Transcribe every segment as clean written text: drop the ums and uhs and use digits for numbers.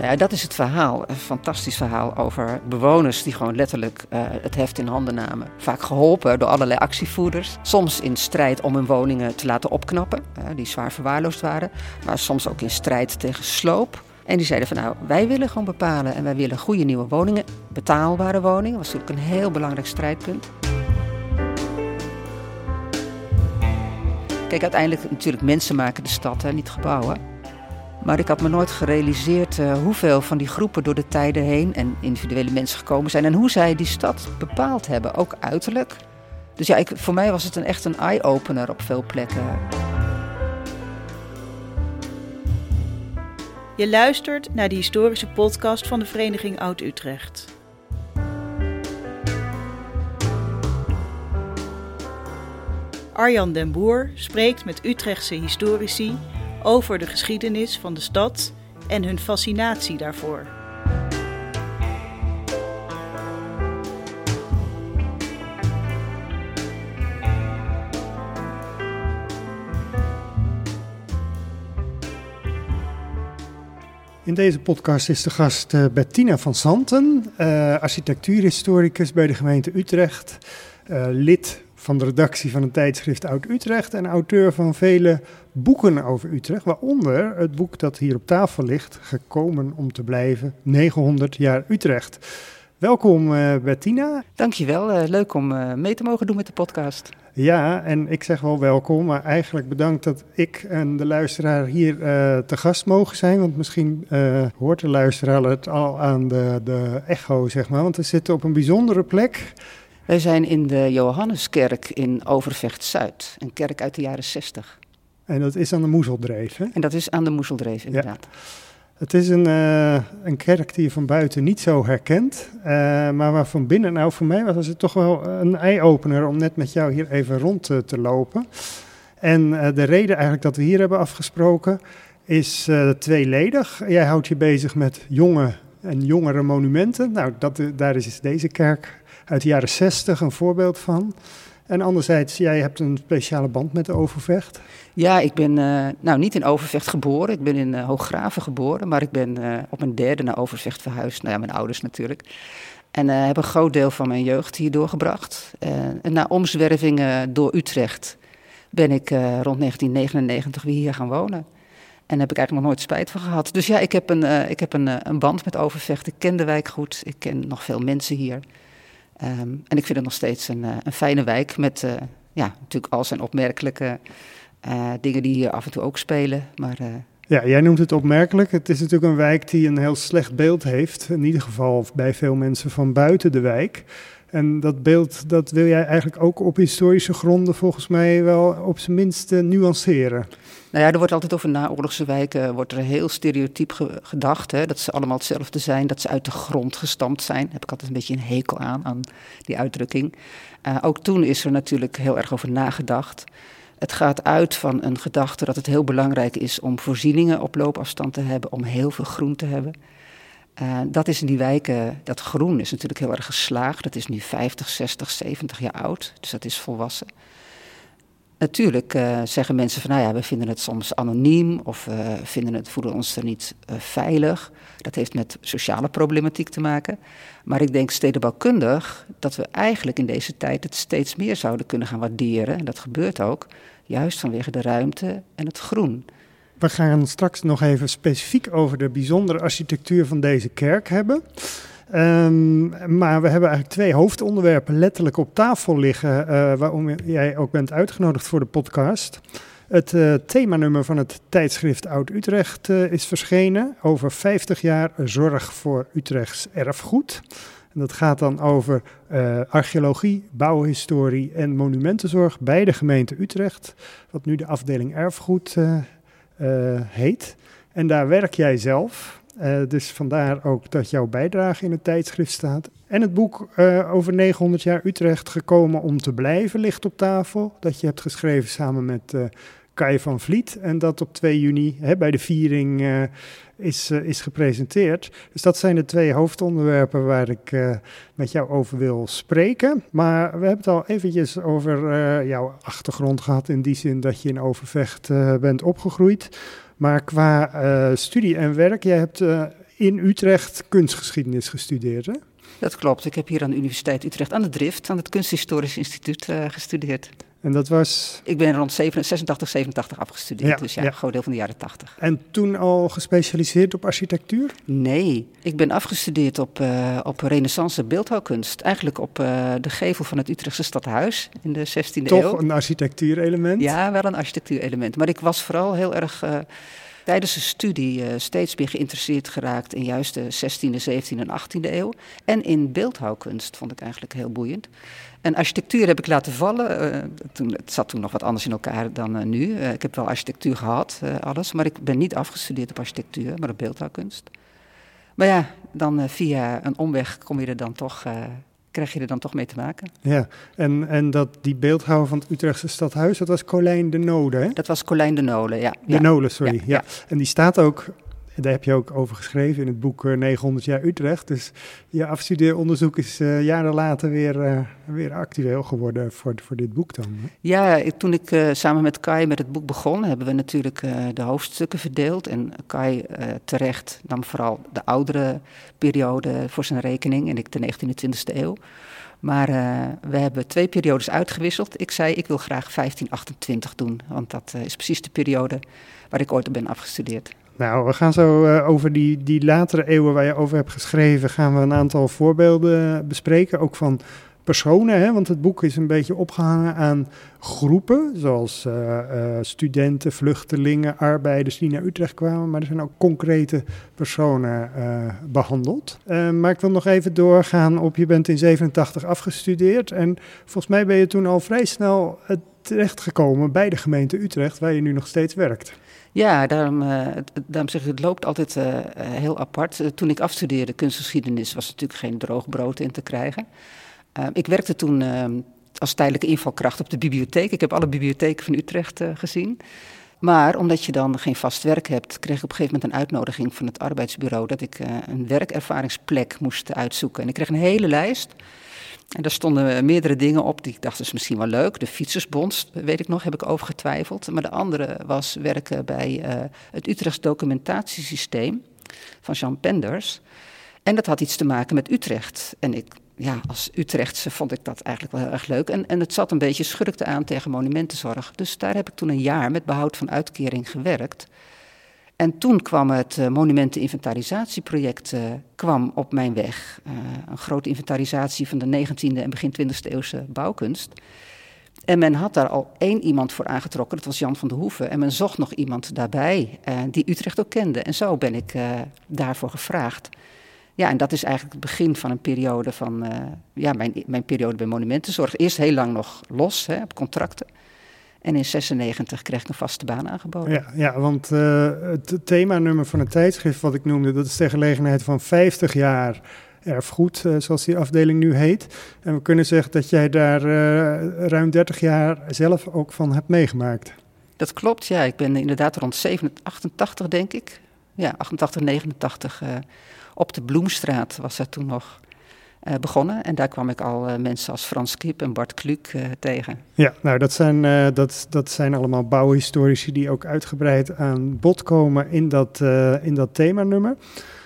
Nou ja, dat is het verhaal. Een fantastisch verhaal over bewoners die gewoon letterlijk het heft in handen namen. Vaak geholpen door allerlei actievoerders. Soms in strijd om hun woningen te laten opknappen, die zwaar verwaarloosd waren. Maar soms ook in strijd tegen sloop. En die zeiden van nou, wij willen gewoon bepalen en wij willen goede nieuwe woningen. Betaalbare woningen, was natuurlijk een heel belangrijk strijdpunt. Kijk, uiteindelijk natuurlijk mensen maken de stad, niet gebouwen. Maar ik had me nooit gerealiseerd hoeveel van die groepen door de tijden heen en individuele mensen gekomen zijn. En hoe zij die stad bepaald hebben, ook uiterlijk. Dus ja, voor mij was het echt een eye-opener op veel plekken. Je luistert naar de historische podcast van de Vereniging Oud-Utrecht. Arjan den Boer spreekt met Utrechtse historici over de geschiedenis van de stad en hun fascinatie daarvoor. In deze podcast is de gast Bettina van Santen, architectuurhistoricus bij de gemeente Utrecht, lid van de redactie van het tijdschrift Oud-Utrecht en auteur van vele boeken over Utrecht, waaronder het boek dat hier op tafel ligt, Gekomen om te blijven, 900 jaar Utrecht. Welkom Bettina. Dankjewel, leuk om mee te mogen doen met de podcast. Ja, en ik zeg wel welkom, maar eigenlijk bedankt dat ik en de luisteraar hier te gast mogen zijn. Want misschien hoort de luisteraar het al aan de echo, zeg maar. Want we zitten op een bijzondere plek. Wij zijn in de Johanneskerk in Overvecht-Zuid, een kerk uit de jaren 60. En dat is aan de Moezeldreef, hè? En dat is aan de Moezeldreef, inderdaad. Ja. Het is een kerk die je van buiten niet zo herkent, maar waar van binnen, nou voor mij was het toch wel een eye-opener om net met jou hier even rond te lopen. En de reden eigenlijk dat we hier hebben afgesproken is tweeledig. Jij houdt je bezig met jonge en jongere monumenten. Nou, daar is deze kerk uit de jaren 60 een voorbeeld van. En anderzijds, jij hebt een speciale band met Overvecht. Ja, ik ben niet in Overvecht geboren. Ik ben in Hooggraven geboren, maar ik ben op mijn derde naar Overvecht verhuisd. Nou ja, mijn ouders natuurlijk. En heb een groot deel van mijn jeugd hier doorgebracht. En na omzwervingen door Utrecht ben ik rond 1999 weer hier gaan wonen. En daar heb ik eigenlijk nog nooit spijt van gehad. Dus ja, ik heb een band met Overvecht. Ik ken de wijk goed. Ik ken nog veel mensen hier. En ik vind het nog steeds een fijne wijk met natuurlijk al zijn opmerkelijke dingen die hier af en toe ook spelen. Maar, Ja, jij noemt het opmerkelijk. Het is natuurlijk een wijk die een heel slecht beeld heeft. In ieder geval bij veel mensen van buiten de wijk. En dat beeld, dat wil jij eigenlijk ook op historische gronden volgens mij wel op zijn minst nuanceren. Nou ja, er wordt altijd over naoorlogse wijken wordt er heel stereotyp gedacht. Hè, dat ze allemaal hetzelfde zijn, dat ze uit de grond gestampt zijn. Daar heb ik altijd een beetje een hekel aan die uitdrukking. Ook toen is er natuurlijk heel erg over nagedacht. Het gaat uit van een gedachte dat het heel belangrijk is om voorzieningen op loopafstand te hebben, om heel veel groen te hebben. Dat is in die wijken, dat groen is natuurlijk heel erg geslaagd. Dat is nu 50, 60, 70 jaar oud, dus dat is volwassen. Natuurlijk zeggen mensen van, nou ja, we vinden het soms anoniem of voelen ons er niet veilig. Dat heeft met sociale problematiek te maken. Maar ik denk stedenbouwkundig dat we eigenlijk in deze tijd het steeds meer zouden kunnen gaan waarderen. En dat gebeurt ook, juist vanwege de ruimte en het groen. We gaan straks nog even specifiek over de bijzondere architectuur van deze kerk hebben. Maar we hebben eigenlijk twee hoofdonderwerpen letterlijk op tafel liggen, waarom jij ook bent uitgenodigd voor de podcast. Het themanummer van het tijdschrift Oud-Utrecht is verschenen over 50 jaar zorg voor Utrechts erfgoed. En dat gaat dan over archeologie, bouwhistorie en monumentenzorg bij de gemeente Utrecht, wat nu de afdeling erfgoed heet. En daar werk jij zelf. Dus vandaar ook dat jouw bijdrage in het tijdschrift staat. En het boek over 900 jaar Utrecht, Gekomen om te blijven, ligt op tafel. Dat je hebt geschreven samen met Kai van Vliet. En dat op 2 juni bij de viering is gepresenteerd. Dus dat zijn de twee hoofdonderwerpen waar ik met jou over wil spreken. Maar we hebben het al eventjes over jouw achtergrond gehad. In die zin dat je in Overvecht bent opgegroeid. Maar qua studie en werk, jij hebt in Utrecht kunstgeschiedenis gestudeerd, hè? Dat klopt. Ik heb hier aan de Universiteit Utrecht aan de Drift, aan het Kunsthistorisch Instituut gestudeerd. En dat was... Ik ben rond 86, 87 afgestudeerd, dus een groot deel van de jaren 80. En toen al gespecialiseerd op architectuur? Nee, ik ben afgestudeerd op renaissance beeldhouwkunst. Eigenlijk op de gevel van het Utrechtse stadhuis in de 16e eeuw. Toch een architectuurelement? Ja, wel een architectuurelement. Maar ik was vooral heel erg tijdens de studie steeds meer geïnteresseerd geraakt in juist de 16e, 17e en 18e eeuw. En in beeldhouwkunst vond ik eigenlijk heel boeiend. En architectuur heb ik laten vallen. Het zat toen nog wat anders in elkaar dan nu. Ik heb wel architectuur gehad, alles. Maar ik ben niet afgestudeerd op architectuur, maar op beeldhouwkunst. Maar ja, dan via een omweg krijg je er dan toch mee te maken. Ja, en die beeldhouwer van het Utrechtse stadhuis, dat was Colijn de Node, hè? Dat was Colijn de Nole, ja. De Nole, sorry. Ja. En die staat ook, daar heb je ook over geschreven in het boek 900 jaar Utrecht. Dus je afstudeeronderzoek is jaren later weer actueel geworden voor dit boek dan. Hè? Ja, toen ik samen met Kai met het boek begon, hebben we natuurlijk de hoofdstukken verdeeld. En Kai terecht nam vooral de oudere periode voor zijn rekening en ik de 19e en 20e eeuw. Maar we hebben 2 periodes uitgewisseld. Ik zei, ik wil graag 1528 doen, want dat is precies de periode waar ik ooit op ben afgestudeerd. Nou, we gaan zo over die latere eeuwen waar je over hebt geschreven, gaan we een aantal voorbeelden bespreken, ook van personen, hè? Want het boek is een beetje opgehangen aan groepen, zoals studenten, vluchtelingen, arbeiders die naar Utrecht kwamen, maar er zijn ook concrete personen behandeld. Maar ik wil nog even doorgaan op, je bent in 87 afgestudeerd en volgens mij ben je toen al vrij snel terechtgekomen bij de gemeente Utrecht, waar je nu nog steeds werkt. Ja, daarom zeg ik, het loopt altijd heel apart. Toen ik afstudeerde kunstgeschiedenis was natuurlijk geen droog brood in te krijgen. Ik werkte toen als tijdelijke invalkracht op de bibliotheek. Ik heb alle bibliotheken van Utrecht gezien. Maar omdat je dan geen vast werk hebt, kreeg ik op een gegeven moment een uitnodiging van het arbeidsbureau dat ik een werkervaringsplek moest uitzoeken. En ik kreeg een hele lijst. En daar stonden meerdere dingen op die ik dacht, dat is misschien wel leuk. De Fietsersbond, weet ik nog, heb ik over getwijfeld. Maar de andere was werken bij het Utrechts documentatiesysteem van Jean Penders. En dat had iets te maken met Utrecht. En als Utrechtse vond ik dat eigenlijk wel heel erg leuk. En het zat een beetje schurkte aan tegen monumentenzorg. Dus daar heb ik toen een jaar met behoud van uitkering gewerkt. En toen kwam het monumenteninventarisatieproject kwam op mijn weg. Een grote inventarisatie van de 19e en begin 20e eeuwse bouwkunst. En men had daar al 1 iemand voor aangetrokken, dat was Jan van de Hoeven. En men zocht nog iemand daarbij die Utrecht ook kende. En zo ben ik daarvoor gevraagd. Ja, en dat is eigenlijk het begin van een periode van, mijn periode bij monumentenzorg. Eerst heel lang nog los, op contracten. En in 96 kreeg ik een vaste baan aangeboden. Ja, want het themanummer van het tijdschrift wat ik noemde, dat is ter gelegenheid van 50 jaar erfgoed, zoals die afdeling nu heet. En we kunnen zeggen dat jij daar ruim 30 jaar zelf ook van hebt meegemaakt. Dat klopt, ja. Ik ben inderdaad rond 88, denk ik. Ja, 88, 89 op de Bloemstraat was dat toen nog begonnen. En daar kwam ik al mensen als Frans Kip en Bart Kluk tegen. Ja, nou dat zijn allemaal bouwhistorici die ook uitgebreid aan bod komen in dat themanummer.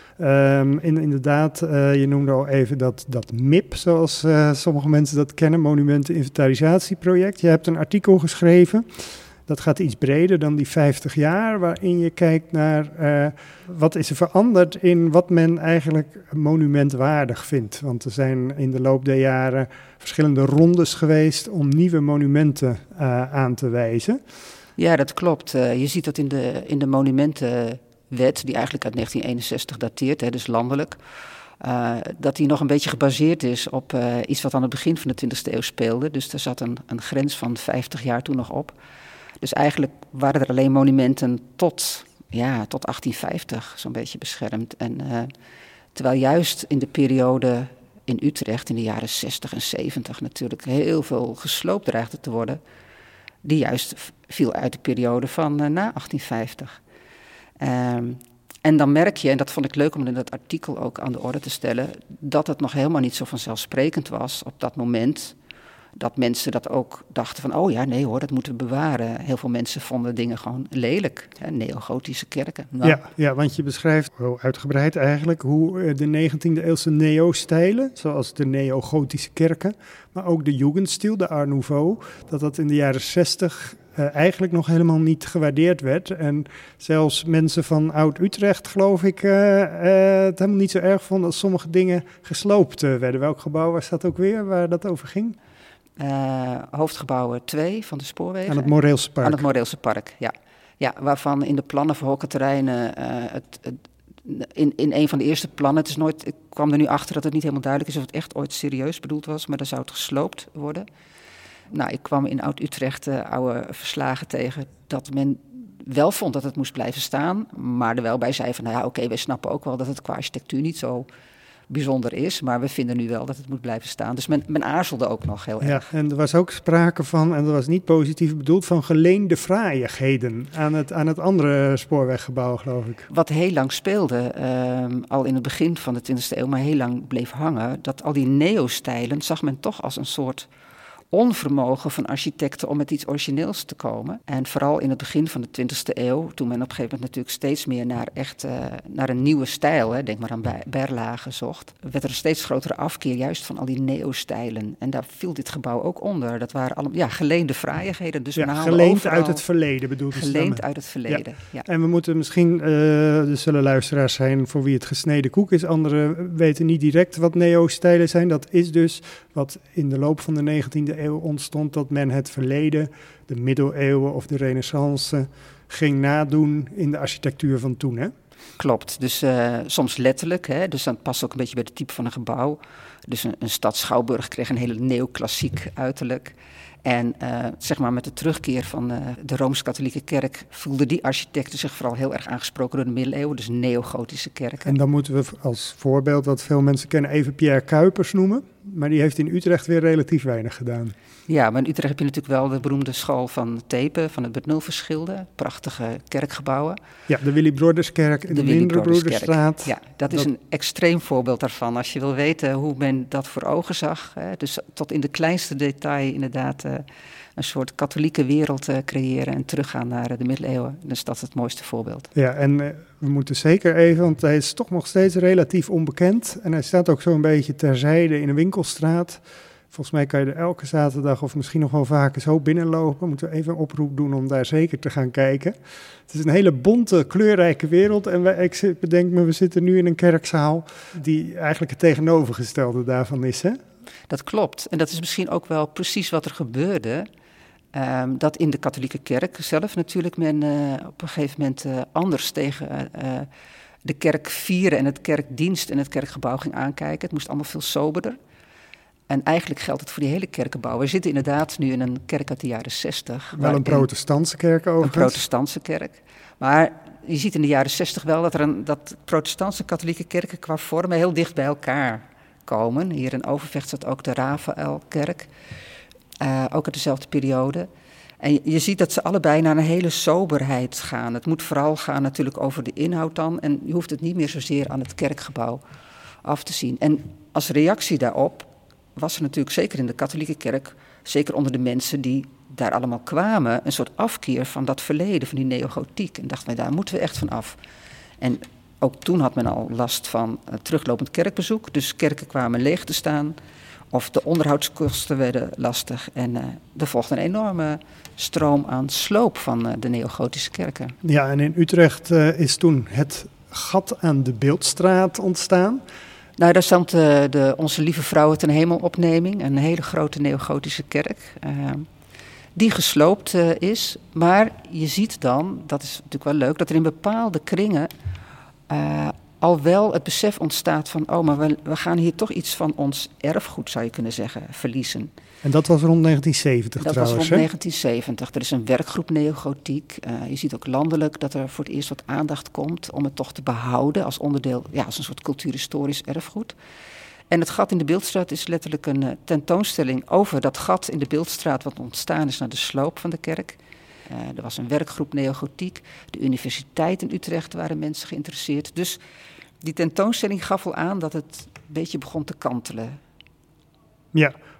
Inderdaad, je noemde al even dat MIP, zoals sommige mensen dat kennen, Monumenteninventarisatieproject. Je hebt een artikel geschreven. Dat gaat iets breder dan die 50 jaar, waarin je kijkt naar wat is er veranderd in wat men eigenlijk monumentwaardig vindt. Want er zijn in de loop der jaren verschillende rondes geweest om nieuwe monumenten aan te wijzen. Ja, dat klopt. Je ziet dat in de monumentenwet, die eigenlijk uit 1961 dateert, dus landelijk, dat die nog een beetje gebaseerd is op iets wat aan het begin van de 20e eeuw speelde. Dus er zat een grens van 50 jaar toen nog op. Dus eigenlijk waren er alleen monumenten tot 1850 zo'n beetje beschermd. En terwijl juist in de periode in Utrecht in de jaren 60 en 70 natuurlijk heel veel gesloopt dreigde te worden, die juist viel uit de periode van na 1850. En dan merk je, en dat vond ik leuk om in dat artikel ook aan de orde te stellen, dat het nog helemaal niet zo vanzelfsprekend was op dat moment dat mensen dat ook dachten van, oh ja, nee hoor, dat moeten we bewaren. Heel veel mensen vonden dingen gewoon lelijk, hè, neogotische kerken. Nou. Ja, want je beschrijft heel uitgebreid eigenlijk hoe de 19e eeuwse neo-stijlen, zoals de neogotische kerken, maar ook de Jugendstil, de Art Nouveau, dat in de jaren 60 eigenlijk nog helemaal niet gewaardeerd werd. En zelfs mensen van Oud-Utrecht, geloof ik, het helemaal niet zo erg vonden als sommige dingen gesloopt werden. Welk gebouw was dat ook weer, waar dat over ging? Hoofdgebouw 2 van de spoorwegen. Aan het Moreelse Park. Aan het Moreelse Park, ja. Ja, waarvan in de plannen voor hokkenterreinen in een van de eerste plannen, ik kwam er nu achter dat het niet helemaal duidelijk is of het echt ooit serieus bedoeld was, maar dan zou het gesloopt worden. Nou, ik kwam in Oud-Utrecht oude verslagen tegen dat men wel vond dat het moest blijven staan, maar er wel bij zei van, nou ja, oké, wij snappen ook wel dat het qua architectuur niet zo bijzonder is, maar we vinden nu wel dat het moet blijven staan. Dus men aarzelde ook nog heel erg. Ja, en er was ook sprake van, en dat was niet positief bedoeld, van geleende fraaiigheden aan het andere spoorweggebouw, geloof ik. Wat heel lang speelde, al in het begin van de 20e eeuw, maar heel lang bleef hangen, dat al die neo-stijlen zag men toch als een soort onvermogen van architecten om met iets origineels te komen. En vooral in het begin van de 20e eeuw, toen men op een gegeven moment natuurlijk steeds meer naar een nieuwe stijl, denk maar aan Berlage, zocht, werd er een steeds grotere afkeer juist van al die neo-stijlen. En daar viel dit gebouw ook onder. Dat waren allemaal geleende fraaiigheden. Dus geleend uit het verleden bedoelt het. Geleend uit het verleden, ja. En we moeten misschien, er zullen luisteraars zijn voor wie het gesneden koek is. Anderen weten niet direct wat neo-stijlen zijn. Dat is dus wat in de loop van de 19e eeuw ontstond, dat men het verleden, de middeleeuwen of de renaissance, ging nadoen in de architectuur van toen, hè? Klopt, dus soms letterlijk, hè? Dus dat past ook een beetje bij het type van een gebouw. Dus een stad Schouwburg kreeg een hele neoclassiek uiterlijk. En zeg maar met de terugkeer van de Rooms-Katholieke Kerk voelden die architecten zich vooral heel erg aangesproken door de middeleeuwen, dus neogotische kerken. En dan moeten we als voorbeeld, wat veel mensen kennen, even Pierre Cuypers noemen. Maar die heeft in Utrecht weer relatief weinig gedaan. Ja, maar in Utrecht heb je natuurlijk wel de beroemde school van Tepe, van het Bert-Nulverschilde. Prachtige kerkgebouwen. Ja, de Willy Broederskerk in de Mindere-Broederstraat. Ja, dat is een extreem voorbeeld daarvan. Als je wil weten hoe men dat voor ogen zag. Hè, dus tot in de kleinste detail inderdaad een soort katholieke wereld creëren en teruggaan naar de middeleeuwen. Dan is dat het mooiste voorbeeld. Ja, en we moeten zeker even, want hij is toch nog steeds relatief onbekend. En hij staat ook zo'n beetje terzijde in een winkelstraat. Volgens mij kan je er elke zaterdag of misschien nog wel vaker zo binnenlopen. Moeten we even een oproep doen om daar zeker te gaan kijken. Het is een hele bonte, kleurrijke wereld. En ik bedenk me, we zitten nu in een kerkzaal die eigenlijk het tegenovergestelde daarvan is, hè? Dat klopt. En dat is misschien ook wel precies wat er gebeurde. Dat in de katholieke kerk zelf natuurlijk men op een gegeven moment anders tegen de kerk vieren en het kerkdienst en het kerkgebouw ging aankijken. Het moest allemaal veel soberder. En eigenlijk geldt het voor die hele kerkenbouw. We zitten inderdaad nu in een kerk uit de jaren 60. Wel een protestantse kerk overigens. Een protestantse kerk. Maar je ziet in de jaren 60 wel dat protestantse katholieke kerken qua vormen heel dicht bij elkaar komen. Hier in Overvecht staat ook de Raphaëlkerk. Ook uit dezelfde periode. En je ziet dat ze allebei naar een hele soberheid gaan. Het moet vooral gaan natuurlijk over de inhoud dan. En je hoeft het niet meer zozeer aan het kerkgebouw af te zien. En als reactie daarop was er natuurlijk zeker in de katholieke kerk, zeker onder de mensen die daar allemaal kwamen, een soort afkeer van dat verleden, van die neogotiek. En dachten wij, daar moeten we echt van af. En ook toen had men al last van teruglopend kerkbezoek. Dus kerken kwamen leeg te staan. Of de onderhoudskosten werden lastig. En er volgde een enorme stroom aan sloop van de neogotische kerken. Ja, en in Utrecht is toen het gat aan de Beeldstraat ontstaan. Nou, daar stond de Onze Lieve Vrouwen ten Hemelopneming, een hele grote neogotische kerk, die gesloopt is. Maar je ziet dan, dat is natuurlijk wel leuk, dat er in bepaalde kringen al wel het besef ontstaat van, oh, maar we gaan hier toch iets van ons erfgoed, zou je kunnen zeggen, verliezen. En dat was rond 1970 dat trouwens, was rond 1970. Er is een werkgroep neogotiek. Je ziet ook landelijk dat er voor het eerst wat aandacht komt om het toch te behouden als onderdeel, ja, als een soort cultuurhistorisch erfgoed. En het gat in de Beeldstraat is letterlijk een tentoonstelling over dat gat in de Beeldstraat wat ontstaan is na de sloop van de kerk. Er was een werkgroep neogotiek. De Universiteit in Utrecht waren mensen geïnteresseerd. Dus die tentoonstelling gaf al aan dat het een beetje begon te kantelen. Ja,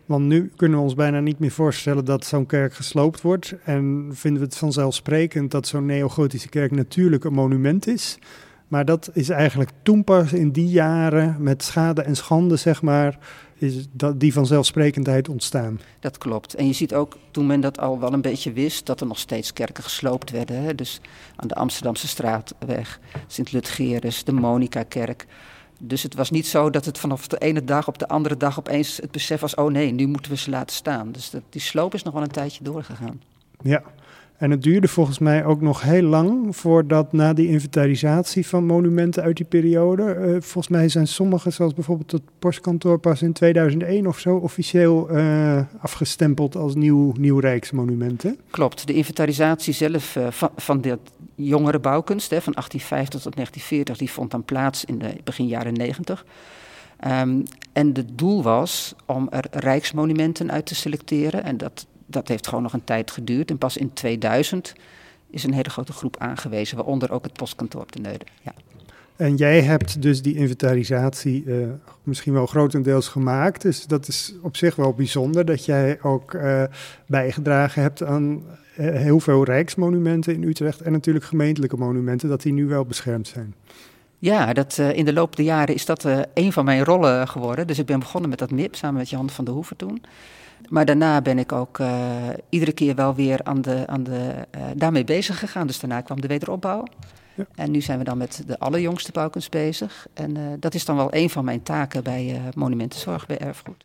Want nu kunnen we ons bijna niet meer voorstellen dat zo'n kerk gesloopt wordt. En vinden we het vanzelfsprekend dat zo'n neogotische kerk natuurlijk een monument is. Maar dat is eigenlijk toen pas in die jaren met schade en schande, zeg maar, is die vanzelfsprekendheid ontstaan. Dat klopt. En je ziet ook, toen men dat al wel een beetje wist, dat er nog steeds kerken gesloopt werden. Hè? Dus aan de Amsterdamse straatweg, Sint-Ludgerus, de Monica-kerk. Dus het was niet zo dat het vanaf de ene dag op de andere dag opeens het besef was, oh nee, nu moeten we ze laten staan. Dus die sloop is nog wel een tijdje doorgegaan. Ja. En het duurde volgens mij ook nog heel lang voordat na die inventarisatie van monumenten uit die periode, volgens mij zijn sommige, zoals bijvoorbeeld het postkantoor, pas in 2001 of zo officieel afgestempeld als nieuw Rijksmonumenten. Klopt, de inventarisatie zelf van de jongere bouwkunst, van 1850 tot 1940, die vond dan plaats in de begin jaren 90. En het doel was om er Rijksmonumenten uit te selecteren en dat heeft gewoon nog een tijd geduurd. En pas in 2000 is een hele grote groep aangewezen, waaronder ook het postkantoor op de Neude. Ja. En jij hebt dus die inventarisatie misschien wel grotendeels gemaakt. Dus dat is op zich wel bijzonder dat jij ook bijgedragen hebt aan heel veel rijksmonumenten in Utrecht en natuurlijk gemeentelijke monumenten, dat die nu wel beschermd zijn. Ja, in de loop der jaren is dat een van mijn rollen geworden. Dus ik ben begonnen met dat MIP samen met Jan van der Hoeven toen. Maar daarna ben ik ook iedere keer wel weer daarmee bezig gegaan. Dus daarna kwam de wederopbouw. Ja. En nu zijn we dan met de allerjongste bouwkunst bezig. En dat is dan wel een van mijn taken bij monumentenzorg, bij erfgoed.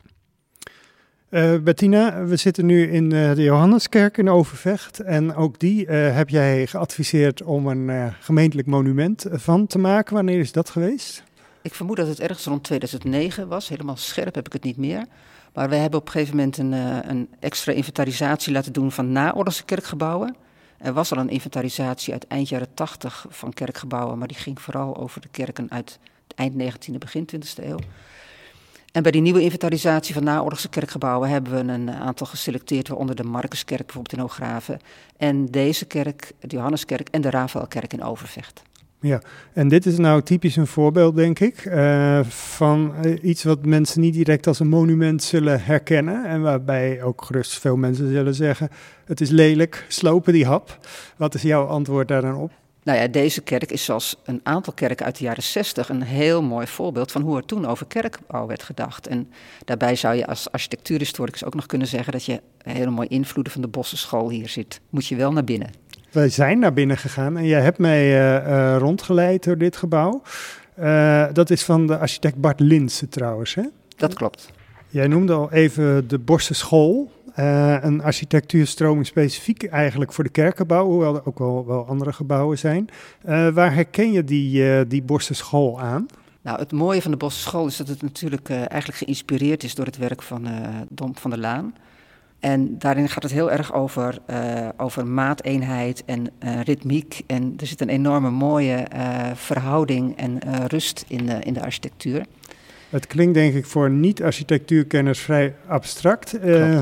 Bettina, we zitten nu in de Johanneskerk in Overvecht. En ook die heb jij geadviseerd om een gemeentelijk monument van te maken. Wanneer is dat geweest? Ik vermoed dat het ergens rond 2009 was. Helemaal scherp heb ik het niet meer. Maar we hebben op een gegeven moment een extra inventarisatie laten doen van naoorlogse kerkgebouwen. Er was al een inventarisatie uit eind jaren 80 van kerkgebouwen, maar die ging vooral over de kerken uit het eind 19e, begin 20e eeuw. En bij die nieuwe inventarisatie van naoorlogse kerkgebouwen hebben we een aantal geselecteerd, waaronder de Marcuskerk bijvoorbeeld in Hooggraven. En deze kerk, de Johanneskerk en de Rafaelkerk in Overvecht. Ja, en dit is nou typisch een voorbeeld, denk ik, van iets wat mensen niet direct als een monument zullen herkennen. En waarbij ook gerust veel mensen zullen zeggen, het is lelijk, slopen die hap. Wat is jouw antwoord daar dan op? Nou ja, deze kerk is zoals een aantal kerken uit de jaren 60 een heel mooi voorbeeld van hoe er toen over kerkbouw werd gedacht. En daarbij zou je als architectuurhistoricus ook nog kunnen zeggen dat je hele mooie invloeden van de Bossenschool hier ziet. Moet je wel naar binnen. Wij zijn naar binnen gegaan en jij hebt mij rondgeleid door dit gebouw. Dat is van de architect Bart Linssen trouwens, hè? Dat klopt. Jij noemde al even de Bossenschool. Een architectuurstroming specifiek eigenlijk voor de kerkenbouw, hoewel er ook wel andere gebouwen zijn. Waar herken je die Bossenschool aan? Nou, het mooie van de Bossenschool is dat het natuurlijk eigenlijk geïnspireerd is door het werk van Dom van der Laan. En daarin gaat het heel erg over maateenheid en ritmiek. En er zit een enorme mooie verhouding en rust in de architectuur. Het klinkt denk ik voor niet-architectuurkenners vrij abstract.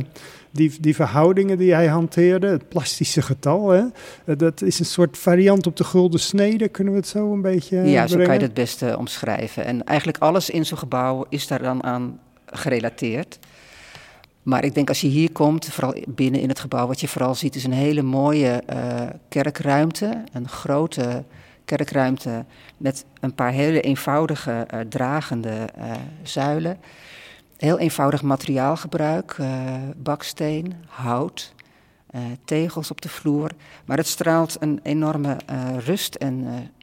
Die verhoudingen die hij hanteerde, het plastische getal, hè, dat is een soort variant op de gulden snede. Kunnen we het zo een beetje Ja, zo brengen? kan je het beste omschrijven. En eigenlijk alles in zo'n gebouw is daar dan aan gerelateerd. Maar ik denk als je hier komt, vooral binnen in het gebouw, wat je vooral ziet is een hele mooie kerkruimte. Een grote kerkruimte met een paar hele eenvoudige dragende zuilen. Heel eenvoudig materiaalgebruik, baksteen, hout, tegels op de vloer. Maar het straalt een enorme rust en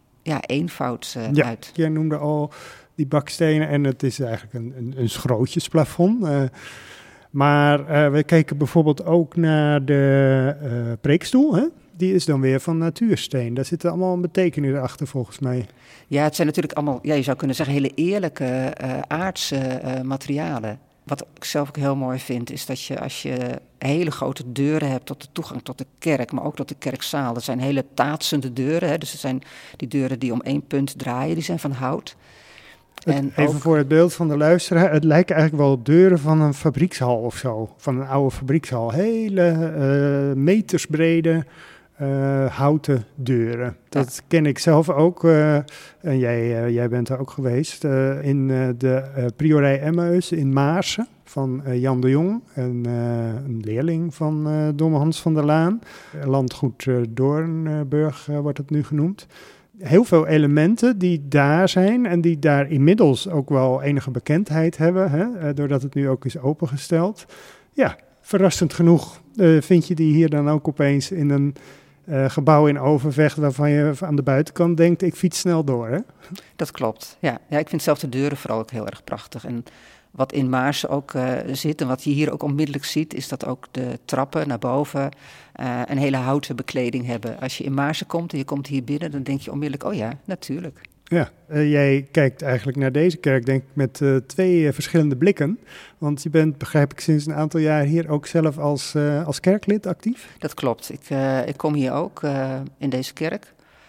eenvoud uit. Jij noemde al die bakstenen en het is eigenlijk een schrootjesplafond. Maar we keken bijvoorbeeld ook naar de preekstoel, hè? Die is dan weer van natuursteen. Daar zit allemaal een betekenis achter volgens mij. Ja, het zijn natuurlijk allemaal, je zou kunnen zeggen, hele eerlijke aardse materialen. Wat ik zelf ook heel mooi vind, is dat je als je hele grote deuren hebt tot de toegang tot de kerk, maar ook tot de kerkzaal. Dat zijn hele taatsende deuren, hè? Dus het zijn die deuren die om één punt draaien, die zijn van hout. Even voor het beeld van de luisteraar, het lijken eigenlijk wel deuren van een fabriekshal of zo. Van een oude fabriekshal. Hele metersbrede houten deuren. Dat ken ik zelf ook. En jij bent daar ook geweest. In de Priorij Emmaus in Maarsen. van Jan de Jong, een leerling van Dom Hans van der Laan. Landgoed Doornburg wordt het nu genoemd. Heel veel elementen die daar zijn en die daar inmiddels ook wel enige bekendheid hebben, hè, doordat het nu ook is opengesteld. Ja, verrassend genoeg vind je die hier dan ook opeens in een gebouw in Overvecht, waarvan je aan de buitenkant denkt, ik fiets snel door, hè? Dat klopt, ja. Ik vind zelf de deuren vooral ook heel erg prachtig. En wat in Maarsen ook zit en wat je hier ook onmiddellijk ziet, is dat ook de trappen naar boven een hele houten bekleding hebben. Als je in Maarsen komt en je komt hier binnen, dan denk je onmiddellijk, oh ja, natuurlijk. Ja, jij kijkt eigenlijk naar deze kerk, denk ik, met 2 verschillende blikken. Want je bent, begrijp ik, sinds een aantal jaar hier ook zelf als kerklid actief? Dat klopt. Ik kom hier ook in deze kerk.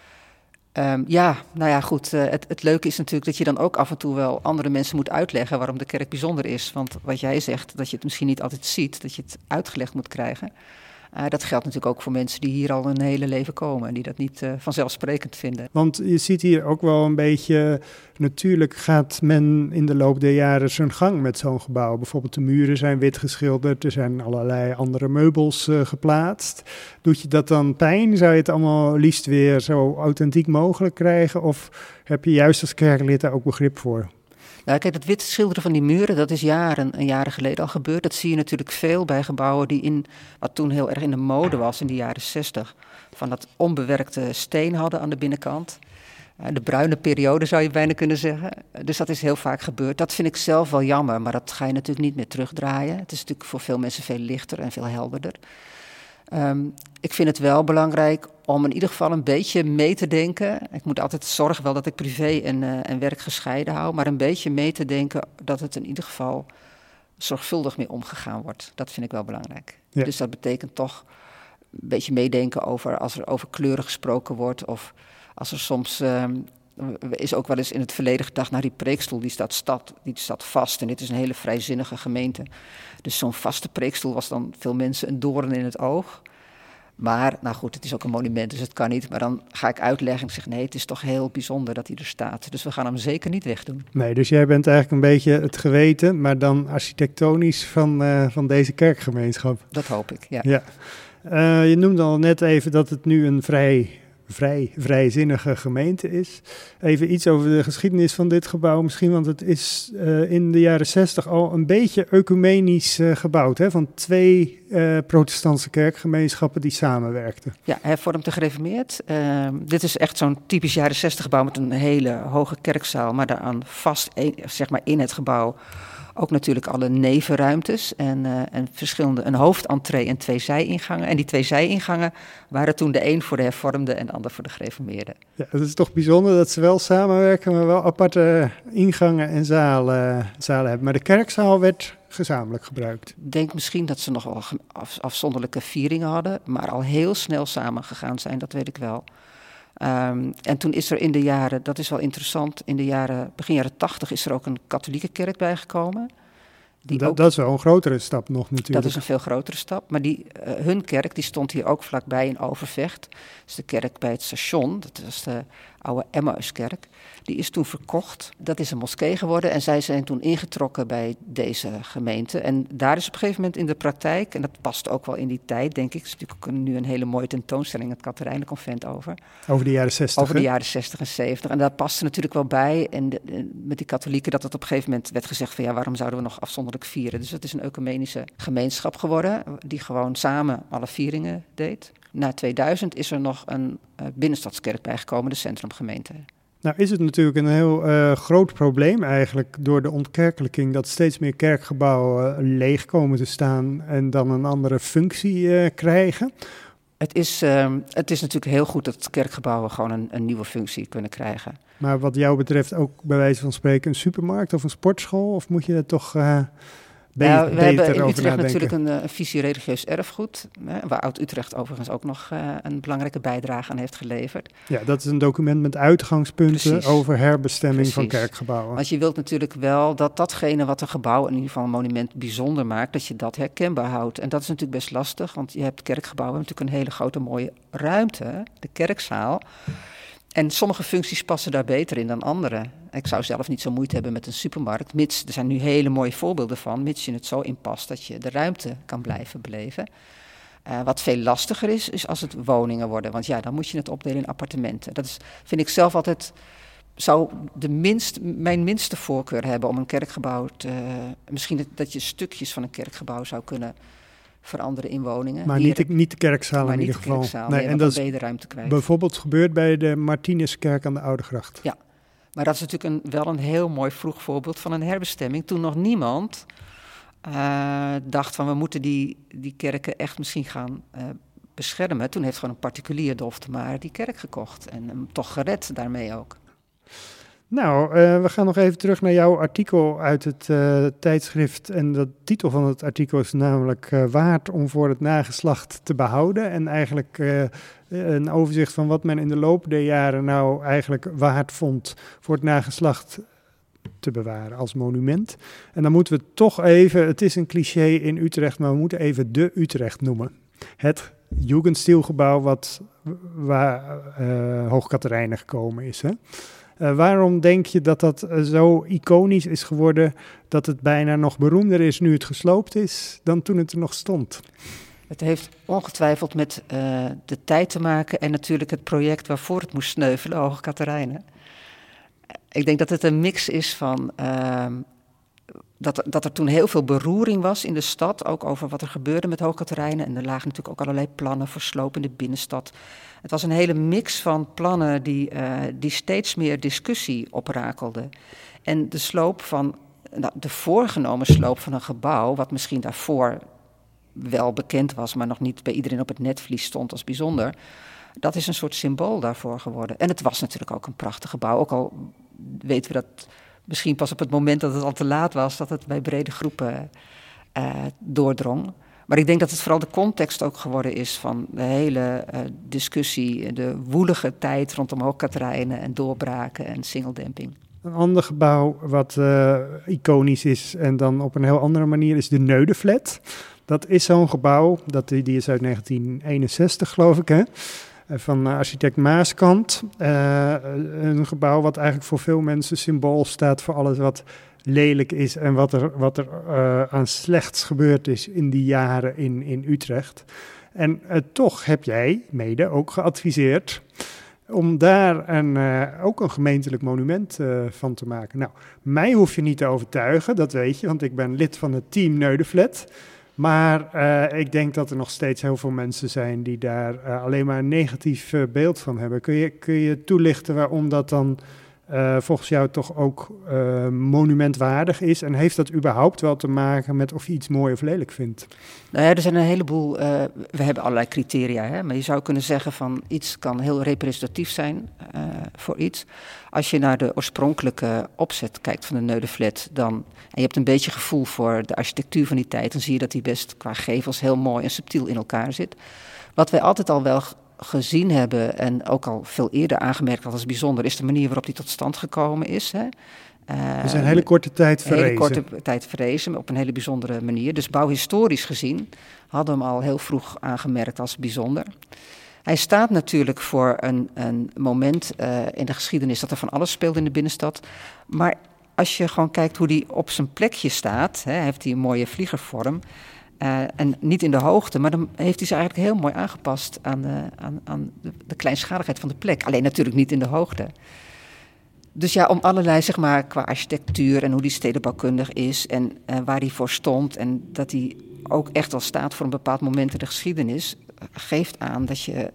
Goed. Het leuke is natuurlijk dat je dan ook af en toe wel andere mensen moet uitleggen waarom de kerk bijzonder is. Want wat jij zegt, dat je het misschien niet altijd ziet, dat je het uitgelegd moet krijgen. Dat geldt natuurlijk ook voor mensen die hier al een hele leven komen en die dat niet vanzelfsprekend vinden. Want je ziet hier ook wel een beetje, natuurlijk gaat men in de loop der jaren zijn gang met zo'n gebouw. Bijvoorbeeld de muren zijn wit geschilderd, er zijn allerlei andere meubels geplaatst. Doet je dat dan pijn? Zou je het allemaal liefst weer zo authentiek mogelijk krijgen? Of heb je juist als kerklid daar ook begrip voor? Nou, kijk, het wit schilderen van die muren, dat is jaren geleden al gebeurd. Dat zie je natuurlijk veel bij gebouwen die wat toen heel erg in de mode was in de jaren 60, van dat onbewerkte steen hadden aan de binnenkant. De bruine periode zou je bijna kunnen zeggen. Dus dat is heel vaak gebeurd. Dat vind ik zelf wel jammer, maar dat ga je natuurlijk niet meer terugdraaien. Het is natuurlijk voor veel mensen veel lichter en veel helderder. Ik vind het wel belangrijk om in ieder geval een beetje mee te denken. Ik moet altijd zorgen wel dat ik privé en werk gescheiden hou, maar een beetje mee te denken dat het in ieder geval zorgvuldig mee omgegaan wordt. Dat vind ik wel belangrijk. Ja. Dus dat betekent toch een beetje meedenken over als er over kleuren gesproken wordt of als er soms is ook wel eens in het verleden gedacht, nou die preekstoel die staat vast en dit is een hele vrijzinnige gemeente. Dus zo'n vaste preekstoel was dan veel mensen een doorn in het oog. Maar, nou goed, het is ook een monument, dus het kan niet. Maar dan ga ik uitleggen en ik zeg, nee, het is toch heel bijzonder dat hij er staat. Dus we gaan hem zeker niet wegdoen. Nee, dus jij bent eigenlijk een beetje het geweten, maar dan architectonisch van deze kerkgemeenschap. Dat hoop ik, ja. Je noemde al net even dat het nu een vrijzinnige gemeente is. Even iets over de geschiedenis van dit gebouw misschien, want het is in de jaren 60 al een beetje ecumenisch gebouwd, hè? Van 2 protestantse kerkgemeenschappen die samenwerkten. Ja, hervormd en gereformeerd. Dit is echt zo'n typisch jaren 60 gebouw met een hele hoge kerkzaal, maar daaraan vast, zeg maar in het gebouw, ook natuurlijk alle nevenruimtes en een hoofdentree en 2 zijingangen. En die 2 zijingangen waren toen de een voor de hervormden en de ander voor de gereformeerden. Ja, het is toch bijzonder dat ze wel samenwerken, maar wel aparte ingangen en zalen hebben. Maar de kerkzaal werd gezamenlijk gebruikt. Ik denk misschien dat ze nog wel afzonderlijke vieringen hadden, maar al heel snel samengegaan zijn, dat weet ik wel. En toen is er in de jaren, dat is wel interessant, begin jaren 80 is er ook een katholieke kerk bijgekomen. Dat is wel een grotere stap nog natuurlijk. Dat is een veel grotere stap, maar hun kerk die stond hier ook vlakbij in Overvecht. Dat is de kerk bij het station, dat was de oude Emmauskerk. Die is toen verkocht, dat is een moskee geworden en zij zijn toen ingetrokken bij deze gemeente. En daar is op een gegeven moment in de praktijk, en dat past ook wel in die tijd denk ik, er is natuurlijk ook nu een hele mooie tentoonstelling, het Katerijnenconvent over. Over de jaren 60. Over de jaren 60 en 70. En daar paste natuurlijk wel bij. En met die katholieken dat het op een gegeven moment werd gezegd van ja, waarom zouden we nog afzonderlijk vieren? Dus het is een ecumenische gemeenschap geworden die gewoon samen alle vieringen deed. Na 2000 is er nog een binnenstadskerk bijgekomen, de centrumgemeente. Nou is het natuurlijk een heel groot probleem eigenlijk door de ontkerkelijking dat steeds meer kerkgebouwen leeg komen te staan en dan een andere functie krijgen. Het is natuurlijk heel goed dat kerkgebouwen gewoon een nieuwe functie kunnen krijgen. Maar wat jou betreft ook bij wijze van spreken een supermarkt of een sportschool? Of moet je er toch we hebben in Utrecht nadenken? natuurlijk een visie religieus erfgoed, waar Oud-Utrecht overigens ook nog een belangrijke bijdrage aan heeft geleverd. Ja, dat is een document met uitgangspunten over herbestemming van kerkgebouwen. Want je wilt natuurlijk wel dat datgene wat een gebouw, in ieder geval een monument, bijzonder maakt, dat je dat herkenbaar houdt. En dat is natuurlijk best lastig, want je hebt kerkgebouwen natuurlijk een hele grote mooie ruimte, de kerkzaal. En sommige functies passen daar beter in dan andere. Ik zou zelf niet zo moeite hebben met een supermarkt, mits, er zijn nu hele mooie voorbeelden van, mits je het zo inpast dat je de ruimte kan blijven beleven. Wat veel lastiger is als het woningen worden. Want ja, dan moet je het opdelen in appartementen. Dat vind ik zelf altijd, zou mijn minste voorkeur hebben om een kerkgebouw misschien dat je stukjes van een kerkgebouw zou kunnen veranderen in woningen. Maar niet de kerkzaal in ieder geval. Nee, en dat is ruimte kwijt. Bijvoorbeeld gebeurt bij de Martinuskerk aan de Oudegracht. Ja, maar dat is natuurlijk wel een heel mooi vroeg voorbeeld van een herbestemming. Toen nog niemand dacht van we moeten die kerken echt misschien gaan beschermen. Toen heeft gewoon een particulier Dolftemaar die kerk gekocht en hem toch gered daarmee ook. Nou, we gaan nog even terug naar jouw artikel uit het tijdschrift. En de titel van het artikel is namelijk Waard om voor het nageslacht te behouden. En eigenlijk een overzicht van wat men in de loop der jaren nou eigenlijk waard vond voor het nageslacht te bewaren als monument. En dan moeten we toch even, het is een cliché in Utrecht, maar we moeten even de Utrecht noemen. Het Jugendstilgebouw waar Hoog Catharijne gekomen is, hè? Waarom denk je dat dat zo iconisch is geworden dat het bijna nog beroemder is nu het gesloopt is dan toen het er nog stond? Het heeft ongetwijfeld met de tijd te maken en natuurlijk het project waarvoor het moest sneuvelen, Hoog Catharijne. Ik denk dat het een mix is van dat er toen heel veel beroering was in de stad, ook over wat er gebeurde met Hoog Catharijne. En er lagen natuurlijk ook allerlei plannen voor sloop in de binnenstad. Het was een hele mix van plannen die steeds meer discussie oprakelden. En de sloop de voorgenomen sloop van een gebouw, wat misschien daarvoor wel bekend was, maar nog niet bij iedereen op het netvlies stond als bijzonder, dat is een soort symbool daarvoor geworden. En het was natuurlijk ook een prachtig gebouw, ook al weten we dat misschien pas op het moment dat het al te laat was, dat het bij brede groepen doordrong. Maar ik denk dat het vooral de context ook geworden is van de hele discussie, de woelige tijd rondom Hoog Catharijne en doorbraken en singeldemping. Een ander gebouw wat iconisch is en dan op een heel andere manier is de Neudeflat. Dat is zo'n gebouw, die is uit 1961 geloof ik, hè? Van architect Maaskant. Een gebouw wat eigenlijk voor veel mensen symbool staat voor alles wat lelijk is en wat er aan slechts gebeurd is in die jaren in Utrecht. En toch heb jij mede ook geadviseerd om daar ook een gemeentelijk monument van te maken. Nou, mij hoef je niet te overtuigen, dat weet je, want ik ben lid van het team Neudeflat. Maar ik denk dat er nog steeds heel veel mensen zijn die daar alleen maar een negatief beeld van hebben. Kun je toelichten waarom dat dan volgens jou toch ook monumentwaardig is? En heeft dat überhaupt wel te maken met of je iets mooi of lelijk vindt? Nou ja, er zijn een heleboel, we hebben allerlei criteria, hè? Maar je zou kunnen zeggen van iets kan heel representatief zijn voor iets. Als je naar de oorspronkelijke opzet kijkt van de Neudeflat, en je hebt een beetje gevoel voor de architectuur van die tijd, dan zie je dat die best qua gevels heel mooi en subtiel in elkaar zit. Wat wij altijd al wel gezien hebben en ook al veel eerder aangemerkt had als bijzonder, is de manier waarop die tot stand gekomen is. Hè. We zijn een hele korte tijd verrezen. Hele korte tijd verrezen, op een hele bijzondere manier. Dus bouwhistorisch gezien hadden we hem al heel vroeg aangemerkt als bijzonder. Hij staat natuurlijk voor een moment in de geschiedenis dat er van alles speelde in de binnenstad. Maar als je gewoon kijkt hoe die op zijn plekje staat, heeft hij een mooie vliegervorm. En niet in de hoogte, maar dan heeft hij zich eigenlijk heel mooi aangepast aan de kleinschaligheid van de plek. Alleen natuurlijk niet in de hoogte. Dus ja, om allerlei, zeg maar, qua architectuur en hoe die stedenbouwkundig is en waar hij voor stond en dat hij ook echt wel staat voor een bepaald moment in de geschiedenis, geeft aan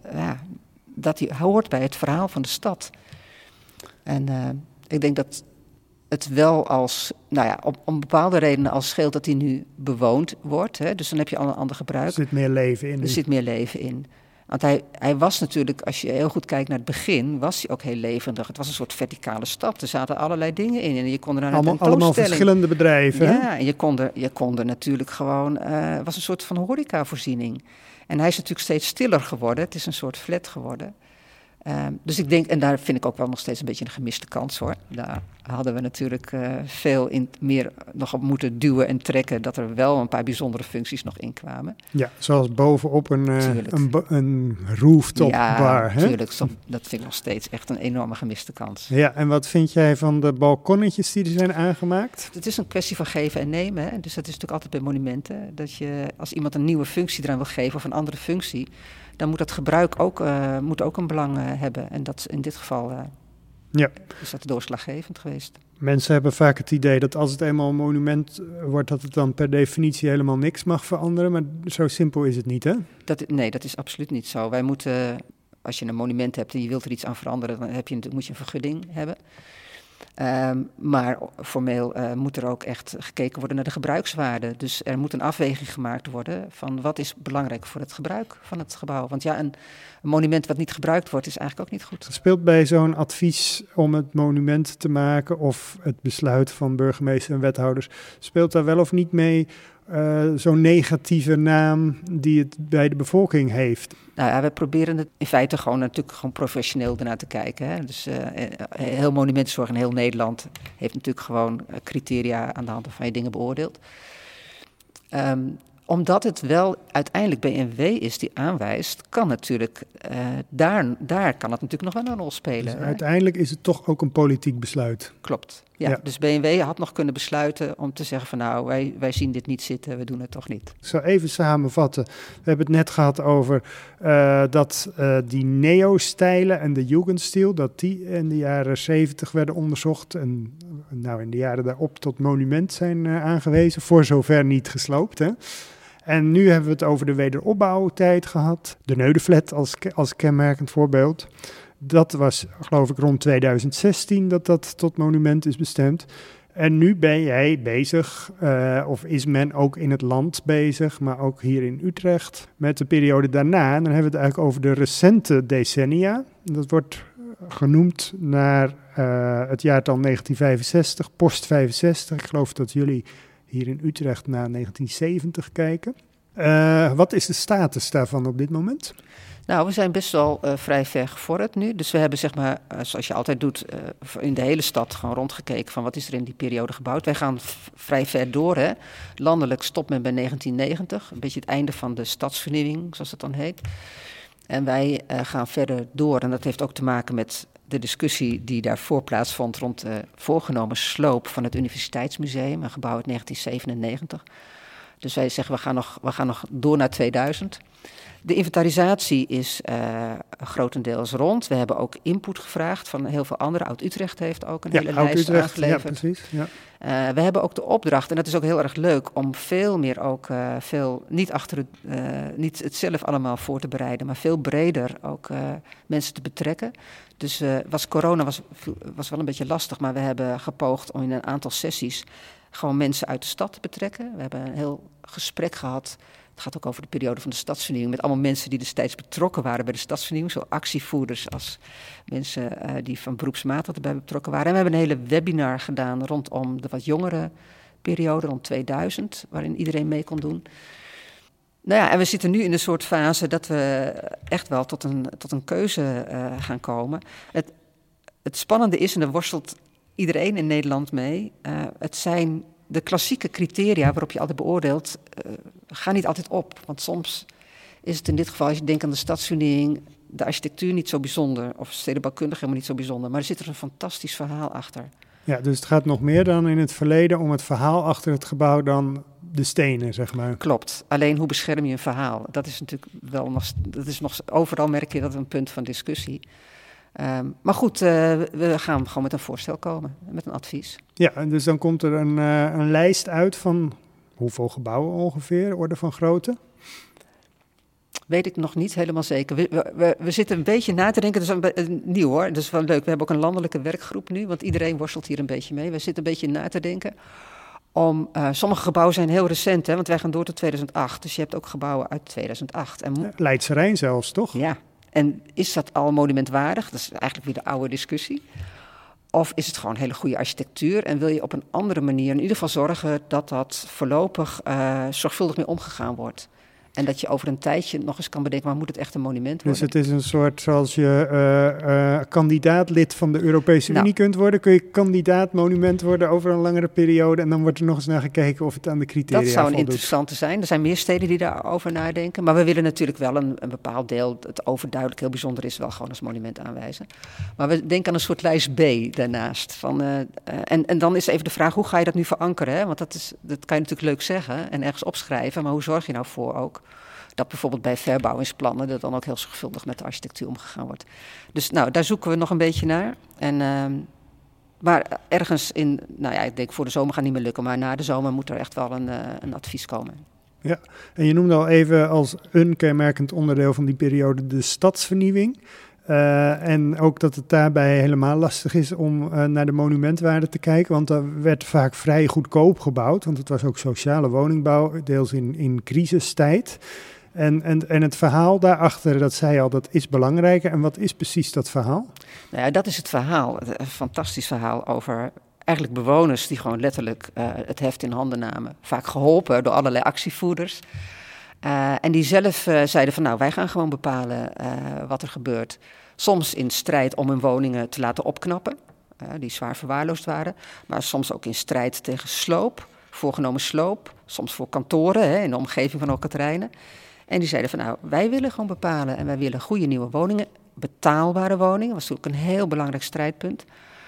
dat hij hoort bij het verhaal van de stad. En ik denk dat het wel om bepaalde redenen als scheelt dat hij nu bewoond wordt. Hè? Dus dan heb je al een ander gebruik. Er zit meer leven in. Er zit meer leven in. Want hij was natuurlijk, als je heel goed kijkt naar het begin, was hij ook heel levendig. Het was een soort verticale stad. Er zaten allerlei dingen in. En je kon er naar allemaal verschillende bedrijven. Ja, hè? En je kon er natuurlijk gewoon, was een soort van horecavoorziening. En hij is natuurlijk steeds stiller geworden. Het is een soort flat geworden. Dus ik denk, en daar vind ik ook wel nog steeds een beetje een gemiste kans hoor. Daar hadden we natuurlijk veel meer nog op moeten duwen en trekken, dat er wel een paar bijzondere functies nog in kwamen. Ja, zoals bovenop een rooftop bar. Hè? Tuurlijk, dat vind ik nog steeds echt een enorme gemiste kans. Ja, en wat vind jij van de balkonnetjes die er zijn aangemaakt? Het is een kwestie van geven en nemen. Hè? Dus dat is natuurlijk altijd bij monumenten. Dat je, als iemand een nieuwe functie eraan wil geven of een andere functie, dan moet dat gebruik ook een belang hebben. En dat in dit geval is dat doorslaggevend geweest. Mensen hebben vaak het idee dat als het eenmaal een monument wordt, dat het dan per definitie helemaal niks mag veranderen. Maar zo simpel is het niet, hè? Nee, dat is absoluut niet zo. Wij moeten, als je een monument hebt en je wilt er iets aan veranderen, dan moet je een vergunning hebben. Maar formeel moet er ook echt gekeken worden naar de gebruikswaarde. Dus er moet een afweging gemaakt worden van wat is belangrijk voor het gebruik van het gebouw. Want ja, een monument wat niet gebruikt wordt is eigenlijk ook niet goed. Speelt bij zo'n advies om het monument te maken of het besluit van burgemeester en wethouders, speelt daar wel of niet mee zo'n negatieve naam die het bij de bevolking heeft? Nou ja, we proberen het in feite gewoon professioneel ernaar te kijken. Hè. Dus heel Monumentenzorg in heel Nederland heeft natuurlijk gewoon criteria aan de hand waarvan je dingen beoordeelt. Omdat het wel uiteindelijk BNW is die aanwijst, kan natuurlijk, daar kan het natuurlijk nog wel een rol spelen. Dus uiteindelijk is het toch ook een politiek besluit. Klopt, ja. Dus BNW had nog kunnen besluiten om te zeggen van nou, wij zien dit niet zitten, we doen het toch niet. Ik zal even samenvatten. We hebben het net gehad over dat die neo-stijlen en de Jugendstil, dat die in de jaren 70 werden onderzocht en in de jaren daarop tot monument zijn aangewezen, voor zover niet gesloopt, hè. En nu hebben we het over de wederopbouwtijd gehad. De Neudenflat als kenmerkend voorbeeld. Dat was, geloof ik, rond 2016 dat tot monument is bestemd. En nu ben jij bezig, of is men ook in het land bezig, maar ook hier in Utrecht, met de periode daarna. En dan hebben we het eigenlijk over de recente decennia. Dat wordt genoemd naar het jaartal 1965, post 65. Ik geloof dat jullie hier in Utrecht naar 1970 kijken. Wat is de status daarvan op dit moment? Nou, we zijn best wel vrij ver gevorderd nu. Dus we hebben, zeg maar, zoals je altijd doet, in de hele stad gewoon rondgekeken van wat is er in die periode gebouwd. Wij gaan vrij ver door, hè. Landelijk stopt men bij 1990, een beetje het einde van de stadsvernieuwing, zoals het dan heet. En wij gaan verder door en dat heeft ook te maken met de discussie die daarvoor plaatsvond rond de voorgenomen sloop van het Universiteitsmuseum, een gebouw uit 1997. Dus wij zeggen, we gaan nog door naar 2000. De inventarisatie is grotendeels rond. We hebben ook input gevraagd van heel veel anderen. Oud-Utrecht heeft ook een hele lijst aangeleverd. Ja, precies. Ja. We hebben ook de opdracht, en dat is ook heel erg leuk, om veel meer ook, niet het zelf allemaal voor te bereiden, maar veel breder ook mensen te betrekken. Dus corona was wel een beetje lastig, maar we hebben gepoogd om in een aantal sessies gewoon mensen uit de stad te betrekken. We hebben een heel gesprek gehad. Het gaat ook over de periode van de stadsvernieuwing, met allemaal mensen die destijds betrokken waren bij de stadsvernieuwing, zo actievoerders als mensen die van beroepsmatig erbij betrokken waren. En we hebben een hele webinar gedaan rondom de wat jongere periode, rond 2000, waarin iedereen mee kon doen. Nou ja, en we zitten nu in een soort fase dat we echt wel tot een keuze gaan komen. Het spannende is, en daar worstelt iedereen in Nederland mee, het zijn de klassieke criteria waarop je altijd beoordeelt, gaan niet altijd op. Want soms is het in dit geval, als je denkt aan de stadsvernieuwing, de architectuur niet zo bijzonder, of stedenbouwkundig helemaal niet zo bijzonder, maar er zit er een fantastisch verhaal achter. Ja, dus het gaat nog meer dan in het verleden om het verhaal achter het gebouw dan de stenen, zeg maar. Klopt. Alleen hoe bescherm je een verhaal? Dat is natuurlijk overal merk je dat een punt van discussie. Maar goed, we gaan gewoon met een voorstel komen, met een advies. Ja, en dus dan komt er een lijst uit van hoeveel gebouwen ongeveer, orde van grootte? Weet ik nog niet helemaal zeker. We zitten een beetje na te denken, dat is nieuw hoor, dat is wel leuk. We hebben ook een landelijke werkgroep nu, want iedereen worstelt hier een beetje mee. We zitten een beetje na te denken. Sommige gebouwen zijn heel recent, hè, want wij gaan door tot 2008. Dus je hebt ook gebouwen uit 2008. Leidse Rijn zelfs, toch? Ja. En is dat al monumentwaardig? Dat is eigenlijk weer de oude discussie. Of is het gewoon hele goede architectuur en wil je op een andere manier in ieder geval zorgen dat voorlopig zorgvuldig mee omgegaan wordt? En dat je over een tijdje nog eens kan bedenken, maar moet het echt een monument worden? Dus het is een soort, zoals je kandidaatlid van de Europese Unie kunt worden, kun je kandidaat monument worden over een langere periode en dan wordt er nog eens naar gekeken of het aan de criteria voldoet. Dat zou een interessante zijn. Er zijn meer steden die daarover nadenken. Maar we willen natuurlijk wel een bepaald deel, het overduidelijk heel bijzonder is, wel gewoon als monument aanwijzen. Maar we denken aan een soort lijst B daarnaast. En dan is even de vraag, hoe ga je dat nu verankeren? Hè? Want dat kan je natuurlijk leuk zeggen en ergens opschrijven, maar hoe zorg je nou voor ook dat bijvoorbeeld bij verbouwingsplannen er dan ook heel zorgvuldig met de architectuur omgegaan wordt. Dus daar zoeken we nog een beetje naar. Maar ergens ik denk voor de zomer gaat het niet meer lukken, maar na de zomer moet er echt wel een advies komen. Ja, en je noemde al even als een kenmerkend onderdeel van die periode de stadsvernieuwing. En ook dat het daarbij helemaal lastig is om naar de monumentwaarde te kijken, want er werd vaak vrij goedkoop gebouwd, want het was ook sociale woningbouw, deels in crisistijd. En het verhaal daarachter, dat zei je al, dat is belangrijker. En wat is precies dat verhaal? Nou ja, dat is het verhaal. Een fantastisch verhaal over eigenlijk bewoners die gewoon letterlijk het heft in handen namen. Vaak geholpen door allerlei actievoerders. En die zelf zeiden van wij gaan gewoon bepalen wat er gebeurt. Soms in strijd om hun woningen te laten opknappen, die zwaar verwaarloosd waren. Maar soms ook in strijd tegen sloop, voorgenomen sloop. Soms voor kantoren in de omgeving van Hoogkaterijnen. En die zeiden van wij willen gewoon bepalen en wij willen goede nieuwe woningen, betaalbare woningen. Dat was natuurlijk een heel belangrijk strijdpunt.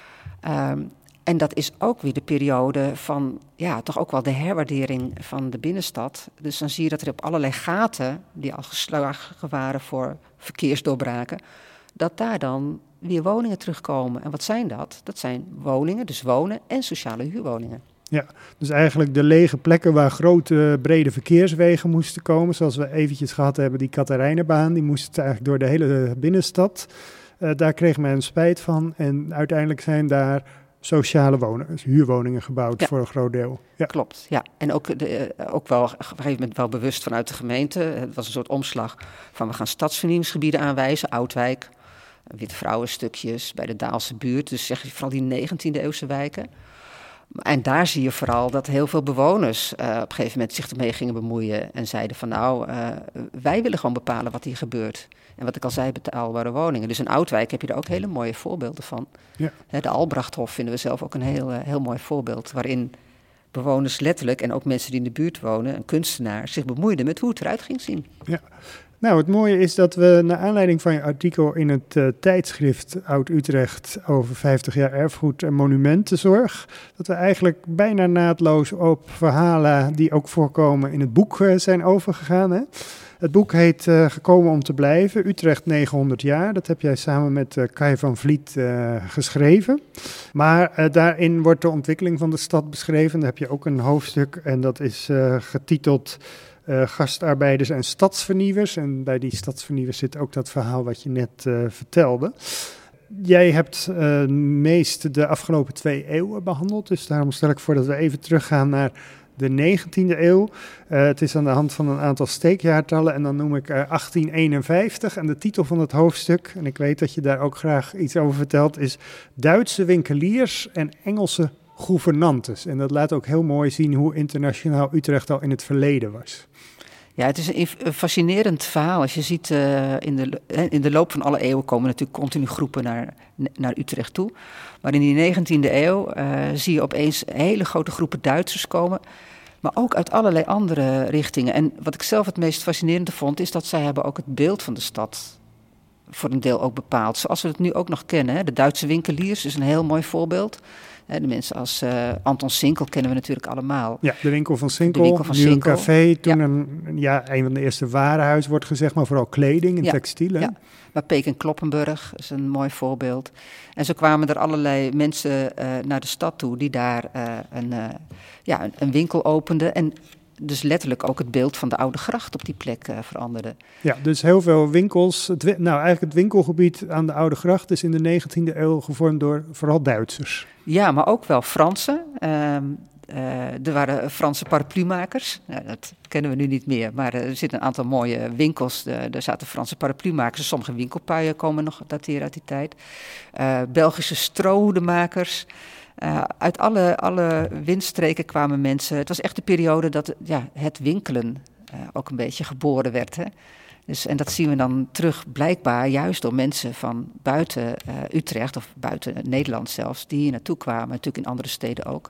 En dat is ook weer de periode van, toch ook wel de herwaardering van de binnenstad. Dus dan zie je dat er op allerlei gaten, die al geslagen waren voor verkeersdoorbraken, dat daar dan weer woningen terugkomen. En wat zijn dat? Dat zijn woningen, dus wonen en sociale huurwoningen. Ja, dus eigenlijk de lege plekken waar grote brede verkeerswegen moesten komen, zoals we eventjes gehad hebben, die Katerijnenbaan, die moesten eigenlijk door de hele binnenstad. Daar kreeg men spijt van en uiteindelijk zijn daar sociale huurwoningen gebouwd voor een groot deel. Ja. Klopt, ja. En ook wel op een gegeven moment wel bewust vanuit de gemeente. Het was een soort omslag van we gaan stadsvernieuwingsgebieden aanwijzen, Oudwijk, Witte-Vrouwenstukjes bij de Daalse buurt. Dus zeg je vooral die 19e eeuwse wijken. En daar zie je vooral dat heel veel bewoners op een gegeven moment zich ermee gingen bemoeien en zeiden van wij willen gewoon bepalen wat hier gebeurt. En wat ik al zei, betaalbare woningen. Dus in Oudwijk heb je er ook hele mooie voorbeelden van. Ja. De Albrachthof vinden we zelf ook een heel mooi voorbeeld, waarin bewoners letterlijk en ook mensen die in de buurt wonen, een kunstenaar, zich bemoeiden met hoe het eruit ging zien. Ja. Nou, het mooie is dat we naar aanleiding van je artikel in het tijdschrift Oud-Utrecht over 50 jaar erfgoed en monumentenzorg, dat we eigenlijk bijna naadloos op verhalen die ook voorkomen in het boek zijn overgegaan. Hè? Het boek heet Gekomen om te blijven, Utrecht 900 jaar. Dat heb jij samen met Kai van Vliet geschreven. Maar daarin wordt de ontwikkeling van de stad beschreven. Daar heb je ook een hoofdstuk en dat is getiteld gastarbeiders en stadsvernieuwers. En bij die stadsvernieuwers zit ook dat verhaal wat je net vertelde. Jij hebt meest de afgelopen 2 eeuwen behandeld. Dus daarom stel ik voor dat we even teruggaan naar de 19e eeuw. Het is aan de hand van een aantal steekjaartallen en dan noem ik 1851. En de titel van het hoofdstuk, en ik weet dat je daar ook graag iets over vertelt, is Duitse winkeliers en Engelse gouvernantes. En dat laat ook heel mooi zien hoe internationaal Utrecht al in het verleden was. Ja, het is een fascinerend verhaal. Als je ziet, in de loop van alle eeuwen komen natuurlijk continu groepen naar Utrecht toe. Maar in die 19e eeuw zie je opeens hele grote groepen Duitsers komen, maar ook uit allerlei andere richtingen. En wat ik zelf het meest fascinerende vond, is dat zij hebben ook het beeld van de stad voor een deel ook bepaald. Zoals we het nu ook nog kennen. Hè. De Duitse winkeliers is een heel mooi voorbeeld. De mensen als Anton Sinkel kennen we natuurlijk allemaal. Ja, de winkel van Sinkel, nu een café, toen een van de eerste warenhuis wordt gezegd, maar vooral kleding en textielen. Ja. Maar Peek en Kloppenburg is een mooi voorbeeld. En zo kwamen er allerlei mensen naar de stad toe die daar een winkel openden en dus letterlijk ook het beeld van de Oude Gracht op die plek veranderde. Ja, dus heel veel winkels. Eigenlijk het winkelgebied aan de Oude Gracht is in de 19e eeuw gevormd door vooral Duitsers. Ja, maar ook wel Fransen. Er waren Franse paraplumakers. Dat kennen we nu niet meer, maar er zitten een aantal mooie winkels. Daar zaten Franse paraplumakers. Sommige winkelpuien komen nog dateren uit die tijd. Belgische strohoedenmakers. Uit alle windstreken kwamen mensen. Het was echt de periode dat het winkelen ook een beetje geboren werd. Hè? Dus, en dat zien we dan terug blijkbaar juist door mensen van buiten Utrecht of buiten Nederland zelfs, die hier naartoe kwamen, natuurlijk in andere steden ook.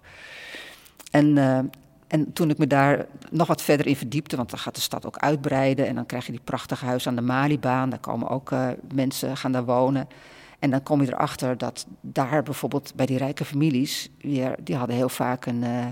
En toen ik me daar nog wat verder in verdiepte, want dan gaat de stad ook uitbreiden en dan krijg je die prachtige huis aan de Malibaan, daar komen ook mensen gaan daar wonen. En dan kom je erachter dat daar bijvoorbeeld bij die rijke families, die hadden heel vaak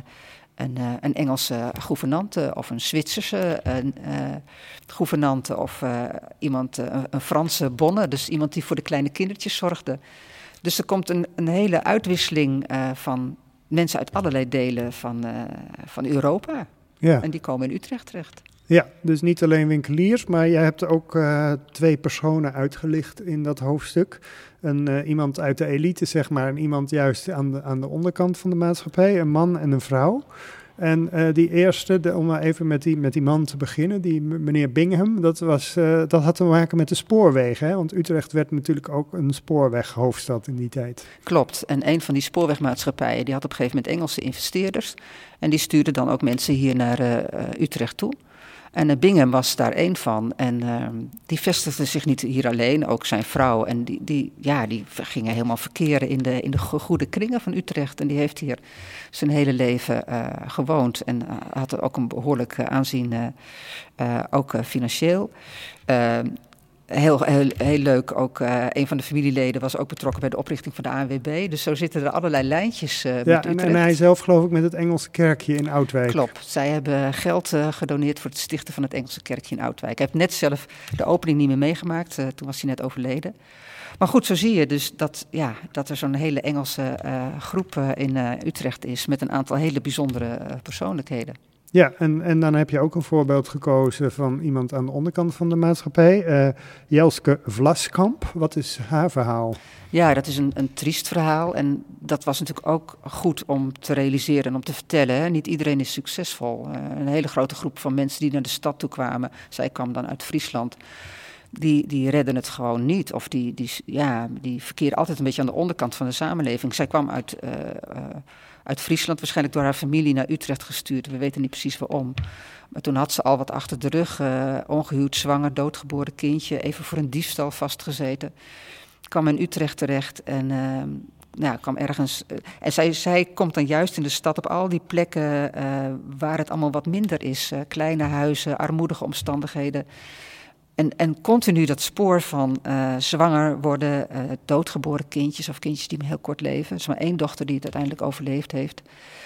een Engelse gouvernante of een Zwitserse gouvernante of een Franse bonne, dus iemand die voor de kleine kindertjes zorgde. Dus er komt een hele uitwisseling van mensen uit allerlei delen van Europa. Ja. En die komen in Utrecht terecht. Ja, dus niet alleen winkeliers, maar jij hebt ook 2 personen uitgelicht in dat hoofdstuk. Iemand uit de elite, zeg maar, en iemand juist aan de onderkant van de maatschappij, een man en een vrouw. En die eerste, om maar even met die man te beginnen, die meneer Bingham, dat had te maken met de spoorwegen. Hè? Want Utrecht werd natuurlijk ook een spoorweghoofdstad in die tijd. Klopt. En een van die spoorwegmaatschappijen, die had op een gegeven moment Engelse investeerders. En die stuurden dan ook mensen hier naar Utrecht toe. En Bingham was daar één van. En die vestigde zich niet hier alleen, ook zijn vrouw. En die gingen helemaal verkeren in de goede kringen van Utrecht. En die heeft hier zijn hele leven gewoond. En had ook een behoorlijk aanzien, ook financieel. Heel leuk, ook een van de familieleden was ook betrokken bij de oprichting van de ANWB. Dus zo zitten er allerlei lijntjes met Utrecht. En hij zelf geloof ik met het Engelse kerkje in Oudwijk. Klopt, zij hebben geld gedoneerd voor het stichten van het Engelse kerkje in Oudwijk. Hij heeft net zelf de opening niet meer meegemaakt, toen was hij net overleden. Maar goed, zo zie je dus dat er zo'n hele Engelse groep in Utrecht is met een aantal hele bijzondere persoonlijkheden. Ja, en dan heb je ook een voorbeeld gekozen van iemand aan de onderkant van de maatschappij. Jelske Vlaskamp, wat is haar verhaal? Ja, dat is een triest verhaal en dat was natuurlijk ook goed om te realiseren en om te vertellen. Hè. Niet iedereen is succesvol. Een hele grote groep van mensen die naar de stad toe kwamen, zij kwam dan uit Friesland, die redden het gewoon niet. Of die verkeren altijd een beetje aan de onderkant van de samenleving. Zij kwam uit Friesland, waarschijnlijk door haar familie naar Utrecht gestuurd. We weten niet precies waarom. Maar toen had ze al wat achter de rug. Ongehuwd, zwanger, doodgeboren kindje. Even voor een diefstal vastgezeten. Kwam in Utrecht terecht en kwam ergens. En zij komt dan juist in de stad op al die plekken waar het allemaal wat minder is. Kleine huizen, armoedige omstandigheden. En continu dat spoor van zwanger worden, doodgeboren kindjes of kindjes die maar heel kort leven. Er is maar 1 dochter die het uiteindelijk overleefd heeft.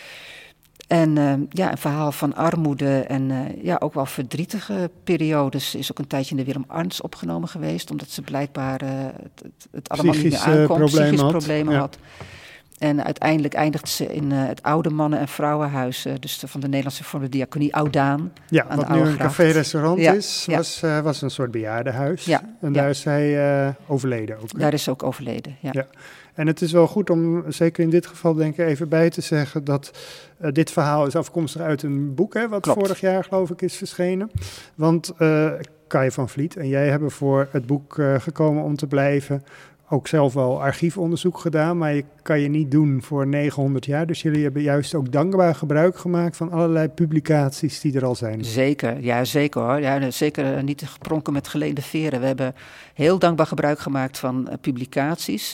En een verhaal van armoede en ook wel verdrietige periodes. Is ook een tijdje in de Willem Arntz opgenomen geweest, omdat ze blijkbaar het allemaal niet meer aankomt. Psychische problemen had. En uiteindelijk eindigt ze in het oude mannen- en vrouwenhuis, dus van de Nederlandse Hervormde Diaconie, Oudaan. Ja, wat nu een café-restaurant is, was een soort bejaardenhuis. Ja, en daar is hij overleden ook. Hè? Daar is ze ook overleden, ja. En het is wel goed om, zeker in dit geval denk ik, even bij te zeggen dat dit verhaal is afkomstig uit een boek, hè, wat vorig jaar geloof ik is verschenen. Want Kai van Vliet en jij hebben voor het boek gekomen om te blijven. Ook zelf wel archiefonderzoek gedaan, maar je kan je niet doen voor 900 jaar. Dus jullie hebben juist ook dankbaar gebruik gemaakt van allerlei publicaties die er al zijn. Zeker, ja zeker hoor. Ja, zeker niet gepronken met geleende veren. We hebben heel dankbaar gebruik gemaakt van publicaties.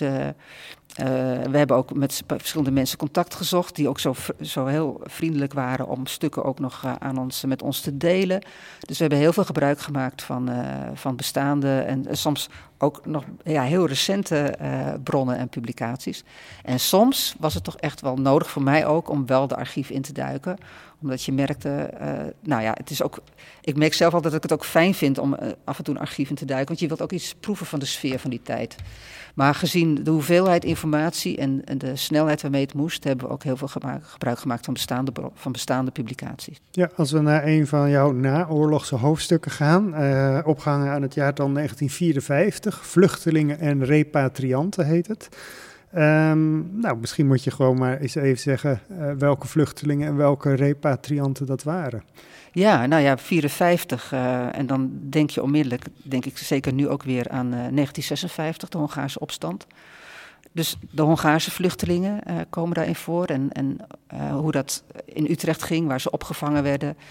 We hebben ook met verschillende mensen contact gezocht die ook zo heel vriendelijk waren om stukken ook nog met ons te delen. Dus we hebben heel veel gebruik gemaakt van bestaande en soms ook nog heel recente bronnen en publicaties. En soms was het toch echt wel nodig voor mij ook om wel de archief in te duiken. Omdat je merkte, het is ook. Ik merk zelf altijd dat ik het ook fijn vind om af en toe een archief in te duiken. Want je wilt ook iets proeven van de sfeer van die tijd. Maar gezien de hoeveelheid informatie en de snelheid waarmee het moest, hebben we ook heel veel gebruik gemaakt van bestaande publicaties. Ja, als we naar een van jouw naoorlogse hoofdstukken gaan, opgehangen aan het jaartal 1954, Vluchtelingen en Repatrianten heet het. Misschien moet je gewoon maar eens even zeggen welke vluchtelingen en welke repatrianten dat waren. Ja, 54. En dan denk je onmiddellijk, denk ik zeker nu ook weer aan 1956, de Hongaarse opstand. Dus de Hongaarse vluchtelingen komen daarin voor en hoe dat in Utrecht ging, waar ze opgevangen werden.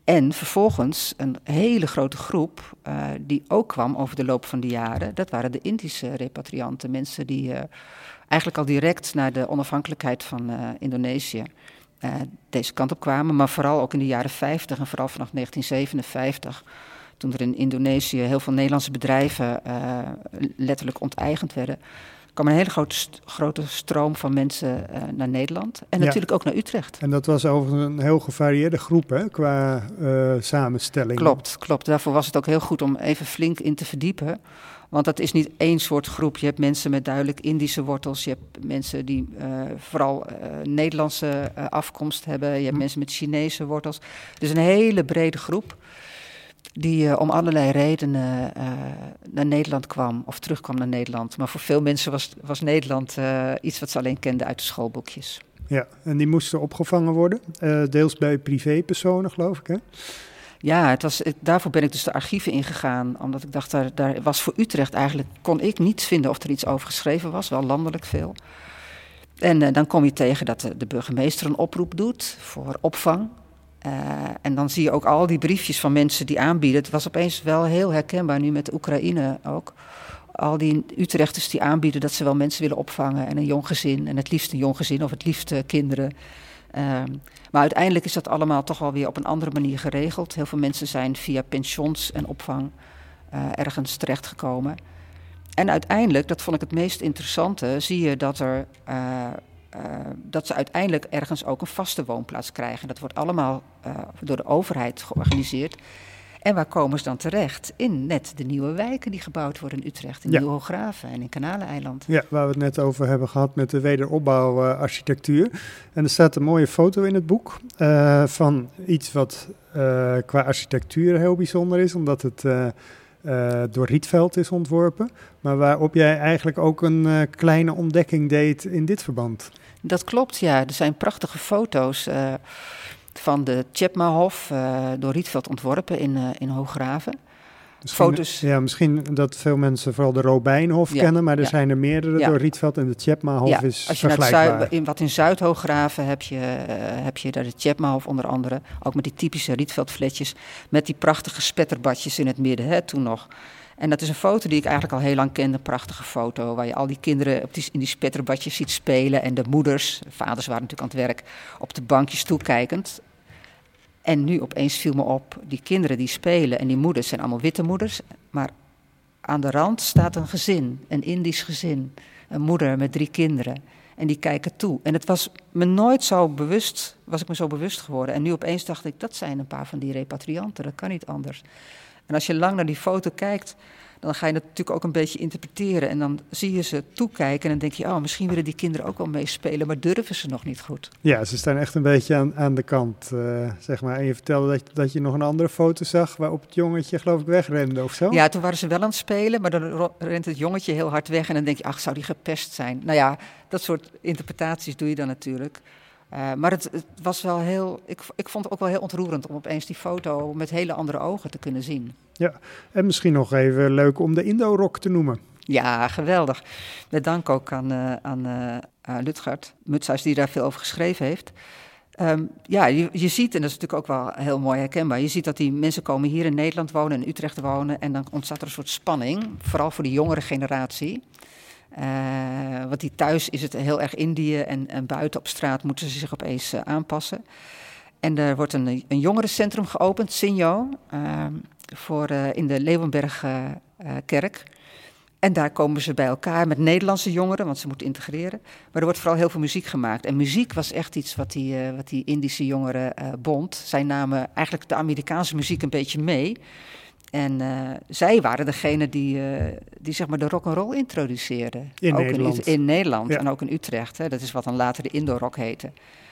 En vervolgens een hele grote groep die ook kwam over de loop van de jaren. Dat waren de Indische repatrianten. Mensen die eigenlijk al direct na de onafhankelijkheid van Indonesië deze kant op kwamen. Maar vooral ook in de jaren 50 en vooral vanaf 1957... toen er in Indonesië heel veel Nederlandse bedrijven letterlijk onteigend werden... kwam een hele grote stroom van mensen naar Nederland. En natuurlijk ook naar Utrecht. En dat was overigens een heel gevarieerde groep, hè, qua samenstelling. Klopt. Daarvoor was het ook heel goed om even flink in te verdiepen. Want dat is niet één soort groep. Je hebt mensen met duidelijk Indische wortels. Je hebt mensen die vooral Nederlandse afkomst hebben. Je hebt mensen met Chinese wortels. Dus een hele brede groep die om allerlei redenen naar Nederland kwam of terugkwam naar Nederland. Maar voor veel mensen was Nederland iets wat ze alleen kenden uit de schoolboekjes. Ja, en die moesten opgevangen worden, deels bij privépersonen, geloof ik, hè? Ja, daarvoor ben ik dus de archieven ingegaan, omdat ik dacht, daar was voor Utrecht eigenlijk, kon ik niets vinden of er iets over geschreven was, wel landelijk veel. En dan kom je tegen dat de burgemeester een oproep doet voor opvang. En dan zie je ook al die briefjes van mensen die aanbieden. Het was opeens wel heel herkenbaar, nu met Oekraïne ook. Al die Utrechters die aanbieden dat ze wel mensen willen opvangen en een jong gezin. En het liefst een jong gezin of het liefst kinderen. Maar uiteindelijk is dat allemaal toch wel weer op een andere manier geregeld. Heel veel mensen zijn via pensions en opvang ergens terechtgekomen. En uiteindelijk, dat vond ik het meest interessante, zie je dat ze uiteindelijk ergens ook een vaste woonplaats krijgen. Dat wordt allemaal door de overheid georganiseerd. En waar komen ze dan terecht? In net de nieuwe wijken die gebouwd worden in Utrecht, in Nieuw-Hoograven en in Kanaleneiland. Ja, waar we het net over hebben gehad met de wederopbouwarchitectuur. En er staat een mooie foto in het boek van iets wat qua architectuur heel bijzonder is, omdat het door Rietveld is ontworpen. Maar waarop jij eigenlijk ook een kleine ontdekking deed in dit verband. Dat klopt, ja. Er zijn prachtige foto's van de Tjepmahof, door Rietveld ontworpen in Hoograven. Foto's. Ja, misschien dat veel mensen vooral de Robijnhof kennen, maar er zijn er meerdere door Rietveld en de Tjepmahof is als je vergelijkbaar. Wat in Zuid-Hoograven heb je daar de Tjepmahof onder andere, ook met die typische Rietveld-fletjes, met die prachtige spetterbadjes in het midden, toen nog. En dat is een foto die ik eigenlijk al heel lang kende, een prachtige foto, waar je al die kinderen in die spetterbadjes ziet spelen en de moeders, de vaders waren natuurlijk aan het werk, op de bankjes toekijkend. En nu opeens viel me op, die kinderen die spelen en die moeders zijn allemaal witte moeders, maar aan de rand staat een gezin, een Indisch gezin, een moeder met 3 kinderen. En die kijken toe. En het was me nooit zo bewust, was ik me zo bewust geworden. En nu opeens dacht ik, dat zijn een paar van die repatrianten, dat kan niet anders. En als je lang naar die foto kijkt, dan ga je het natuurlijk ook een beetje interpreteren. En dan zie je ze toekijken en dan denk je, oh, misschien willen die kinderen ook wel meespelen, maar durven ze nog niet goed. Ja, ze staan echt een beetje aan de kant, zeg maar. En je vertelde dat je nog een andere foto zag waarop het jongetje, geloof ik, wegrende of zo? Ja, toen waren ze wel aan het spelen, maar dan rent het jongetje heel hard weg en dan denk je, ach, zou die gepest zijn? Nou ja, dat soort interpretaties doe je dan natuurlijk. Maar het was wel heel, ik vond het ook wel heel ontroerend om opeens die foto met hele andere ogen te kunnen zien. Ja, en misschien nog even leuk om de Indo-rock te noemen. Ja, geweldig. Met dank ook aan Lutgard Mutshuis, die daar veel over geschreven heeft. Ja, je ziet, en dat is natuurlijk ook wel heel mooi herkenbaar, je ziet dat die mensen komen hier in Nederland wonen, in Utrecht wonen, en dan ontstaat er een soort spanning, vooral voor de jongere generatie. Want die thuis is het heel erg Indië en buiten op straat moeten ze zich opeens aanpassen. En er wordt een jongerencentrum geopend, Sinjo, in de Leeuwenbergkerk. En daar komen ze bij elkaar met Nederlandse jongeren, want ze moeten integreren. Maar er wordt vooral heel veel muziek gemaakt. En muziek was echt iets wat die Indische jongeren bond. Zij namen eigenlijk de Amerikaanse muziek een beetje mee. En zij waren degene die zeg maar de rock'n'roll introduceerden. In Nederland. In Nederland en ook in Utrecht. Hè. Dat is wat dan later de Indo-rock heette.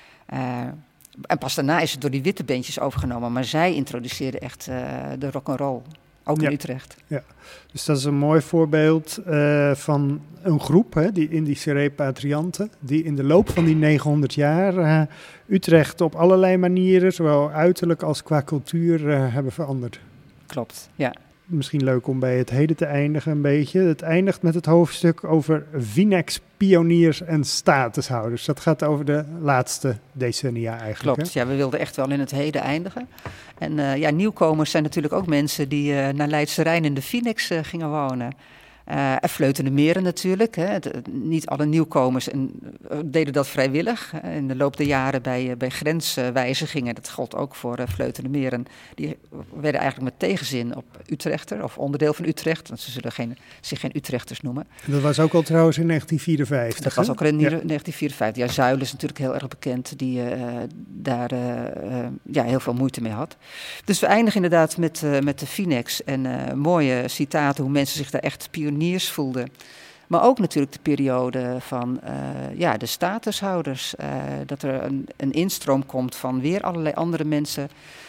En pas daarna is het door die witte bandjes overgenomen. Maar zij introduceerden echt de rock'n'roll. Ook in Utrecht. Ja, dus dat is een mooi voorbeeld van een groep, hè, die Indische repatrianten, die in de loop van die 900 jaar Utrecht op allerlei manieren, zowel uiterlijk als qua cultuur, hebben veranderd. Klopt, ja. misschien leuk om bij het heden te eindigen een beetje. Het eindigt met het hoofdstuk over Vinex-pioniers en statushouders. Dat gaat over de laatste decennia eigenlijk. Klopt, ja, we wilden echt wel in het heden eindigen. En nieuwkomers zijn natuurlijk ook mensen die naar Leidse Rijn in de Vinex gingen wonen. En Vleuten Meren natuurlijk. Hè. Niet alle nieuwkomers deden dat vrijwillig. In de loop der jaren bij grenswijzigingen, dat gold ook voor Vleuten Meren. Die werden eigenlijk met tegenzin op Utrechter, of onderdeel van Utrecht. Want ze zullen zich geen Utrechters noemen. Dat was ook al trouwens in 1954. Dat was ook al in 1954. Ja, Zuilen is natuurlijk heel erg bekend, die daar heel veel moeite mee had. Dus we eindigen inderdaad met de Vinex en mooie citaten hoe mensen zich daar echt pioniers voelden. Maar ook natuurlijk de periode van de statushouders. Dat er een instroom komt van weer allerlei andere mensen.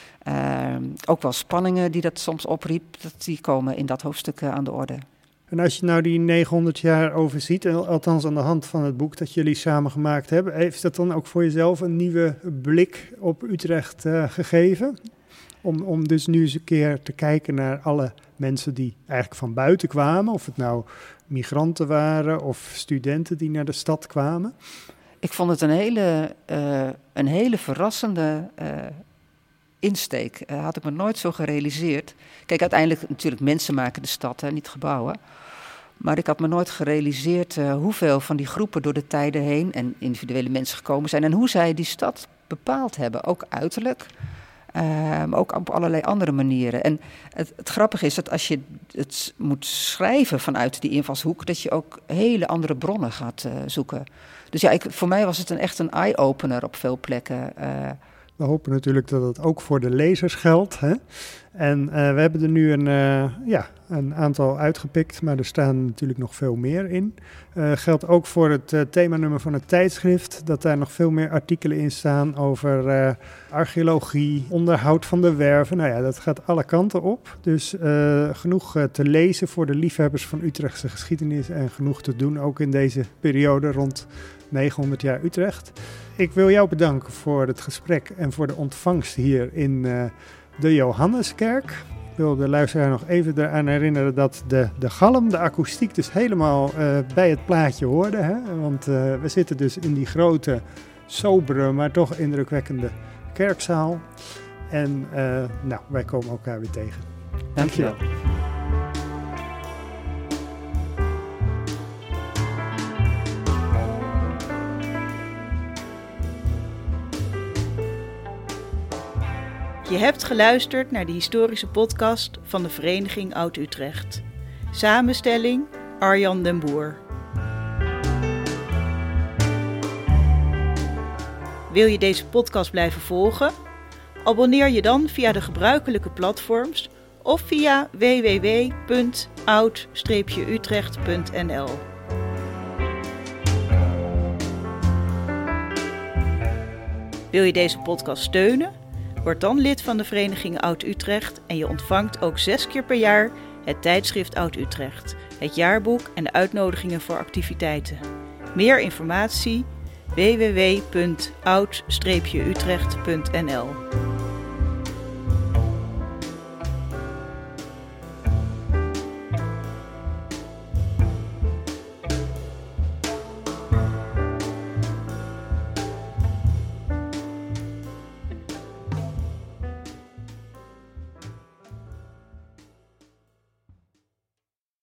Ook wel spanningen die dat soms opriep. Die komen in dat hoofdstuk aan de orde. En als je nou die 900 jaar overziet, althans aan de hand van het boek dat jullie samen gemaakt hebben, heeft dat dan ook voor jezelf een nieuwe blik op Utrecht gegeven? Om dus nu eens een keer te kijken naar alle mensen die eigenlijk van buiten kwamen. Of het nou migranten waren of studenten die naar de stad kwamen. Ik vond het een hele verrassende insteek. Had ik me nooit zo gerealiseerd. Kijk, uiteindelijk natuurlijk mensen maken de stad, hè, niet gebouwen. Maar ik had me nooit gerealiseerd hoeveel van die groepen door de tijden heen en individuele mensen gekomen zijn. En hoe zij die stad bepaald hebben, ook uiterlijk. Maar ook op allerlei andere manieren. En het grappige is dat als je het moet schrijven vanuit die invalshoek, dat je ook hele andere bronnen gaat zoeken. Dus ja, voor mij was het echt een eye-opener op veel plekken. We hopen natuurlijk dat het ook voor de lezers geldt. Hè? En we hebben er nu een aantal uitgepikt, maar er staan natuurlijk nog veel meer in. Geldt ook voor het themanummer van het tijdschrift, dat daar nog veel meer artikelen in staan over archeologie, onderhoud van de werven. Nou ja, dat gaat alle kanten op. Dus genoeg te lezen voor de liefhebbers van Utrechtse geschiedenis en genoeg te doen ook in deze periode rond 900 jaar Utrecht. Ik wil jou bedanken voor het gesprek en voor de ontvangst hier in de Johanneskerk. Ik wil de luisteraar nog even eraan herinneren dat de galm, de akoestiek, dus helemaal bij het plaatje hoorde. Hè? Want we zitten dus in die grote, sobere, maar toch indrukwekkende kerkzaal. En wij komen elkaar weer tegen. Dankjewel. Je hebt geluisterd naar de historische podcast van de Vereniging Oud-Utrecht. Samenstelling Arjan den Boer. Wil je deze podcast blijven volgen? Abonneer je dan via de gebruikelijke platforms of via www.oud-utrecht.nl. Wil je deze podcast steunen? Word dan lid van de Vereniging Oud-Utrecht en je ontvangt ook 6 keer per jaar het tijdschrift Oud-Utrecht, het jaarboek en de uitnodigingen voor activiteiten. Meer informatie www.oud-utrecht.nl